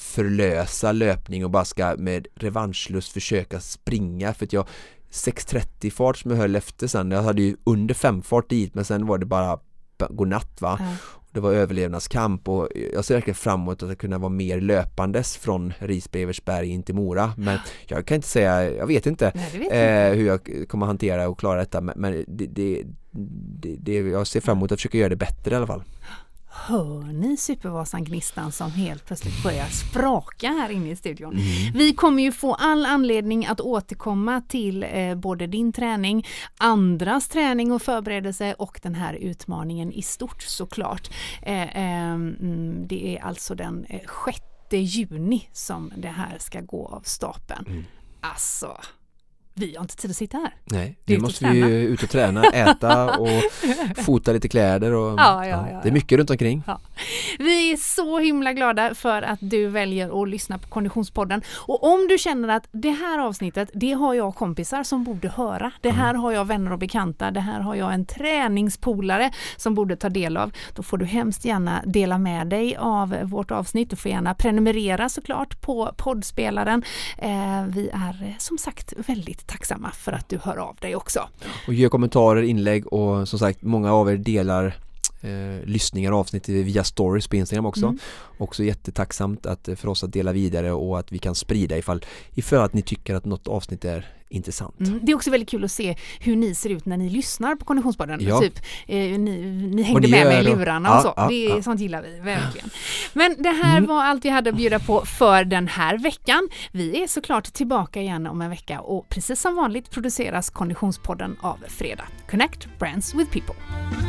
förlösa löpning och bara ska med revanschlust försöka springa, för att jag sex trettio fart som jag höll efter sen. Jag hade ju under fem fart dit, men sen var det bara godnatt va. Mm. Det var överlevnadskamp, och jag ser verkligen fram emot att kunna vara mer löpandes från Risberg, Eversberg in till Mora. Men jag kan inte säga, jag vet inte Nej, vet eh, hur jag kommer hantera och klara detta, men, men det, det, det, det, jag ser fram emot att försöka göra det bättre i alla fall. Hör ni Supervasan-gnistan som helt plötsligt börjar spraka här inne i studion? Mm. Vi kommer ju få all anledning att återkomma till eh, både din träning, andras träning och förberedelse och den här utmaningen i stort såklart. Eh, eh, det är alltså den eh, sjätte juni som det här ska gå av stapeln. Mm. Alltså... Vi har inte tid att sitta här. Nej, nu måste vi ju ut och träna, äta och fota lite kläder. Och, ja, ja, ja, det är mycket runt omkring. Ja. Vi är så himla glada för att du väljer att lyssna på Konditionspodden. Och om du känner att det här avsnittet, det har jag kompisar som borde höra. Det här har jag vänner och bekanta. Det här har jag en träningspolare som borde ta del av. Då får du hemskt gärna dela med dig av vårt avsnitt. Du får gärna prenumerera såklart på poddspelaren. Eh, vi är som sagt väldigt tacksamma för att du hör av dig också. Och gör kommentarer, inlägg och som sagt, många av er delar eh, lyssningar och avsnitt via stories på Instagram också. Mm. Också jättetacksamt att, för oss att dela vidare och att vi kan sprida ifall, ifall att ni tycker att något avsnitt är intressant. Mm. Det är också väldigt kul att se hur ni ser ut när ni lyssnar på Konditionspodden. Ja. Typ, eh, ni, ni hängde med med lurarna och ja, så. Ja, det är, ja. Sånt gillar vi, verkligen. Men det här mm. var allt vi hade att bjuda på för den här veckan. Vi är såklart tillbaka igen om en vecka och precis som vanligt produceras Konditionspodden av Fredag. Connect Brands with People.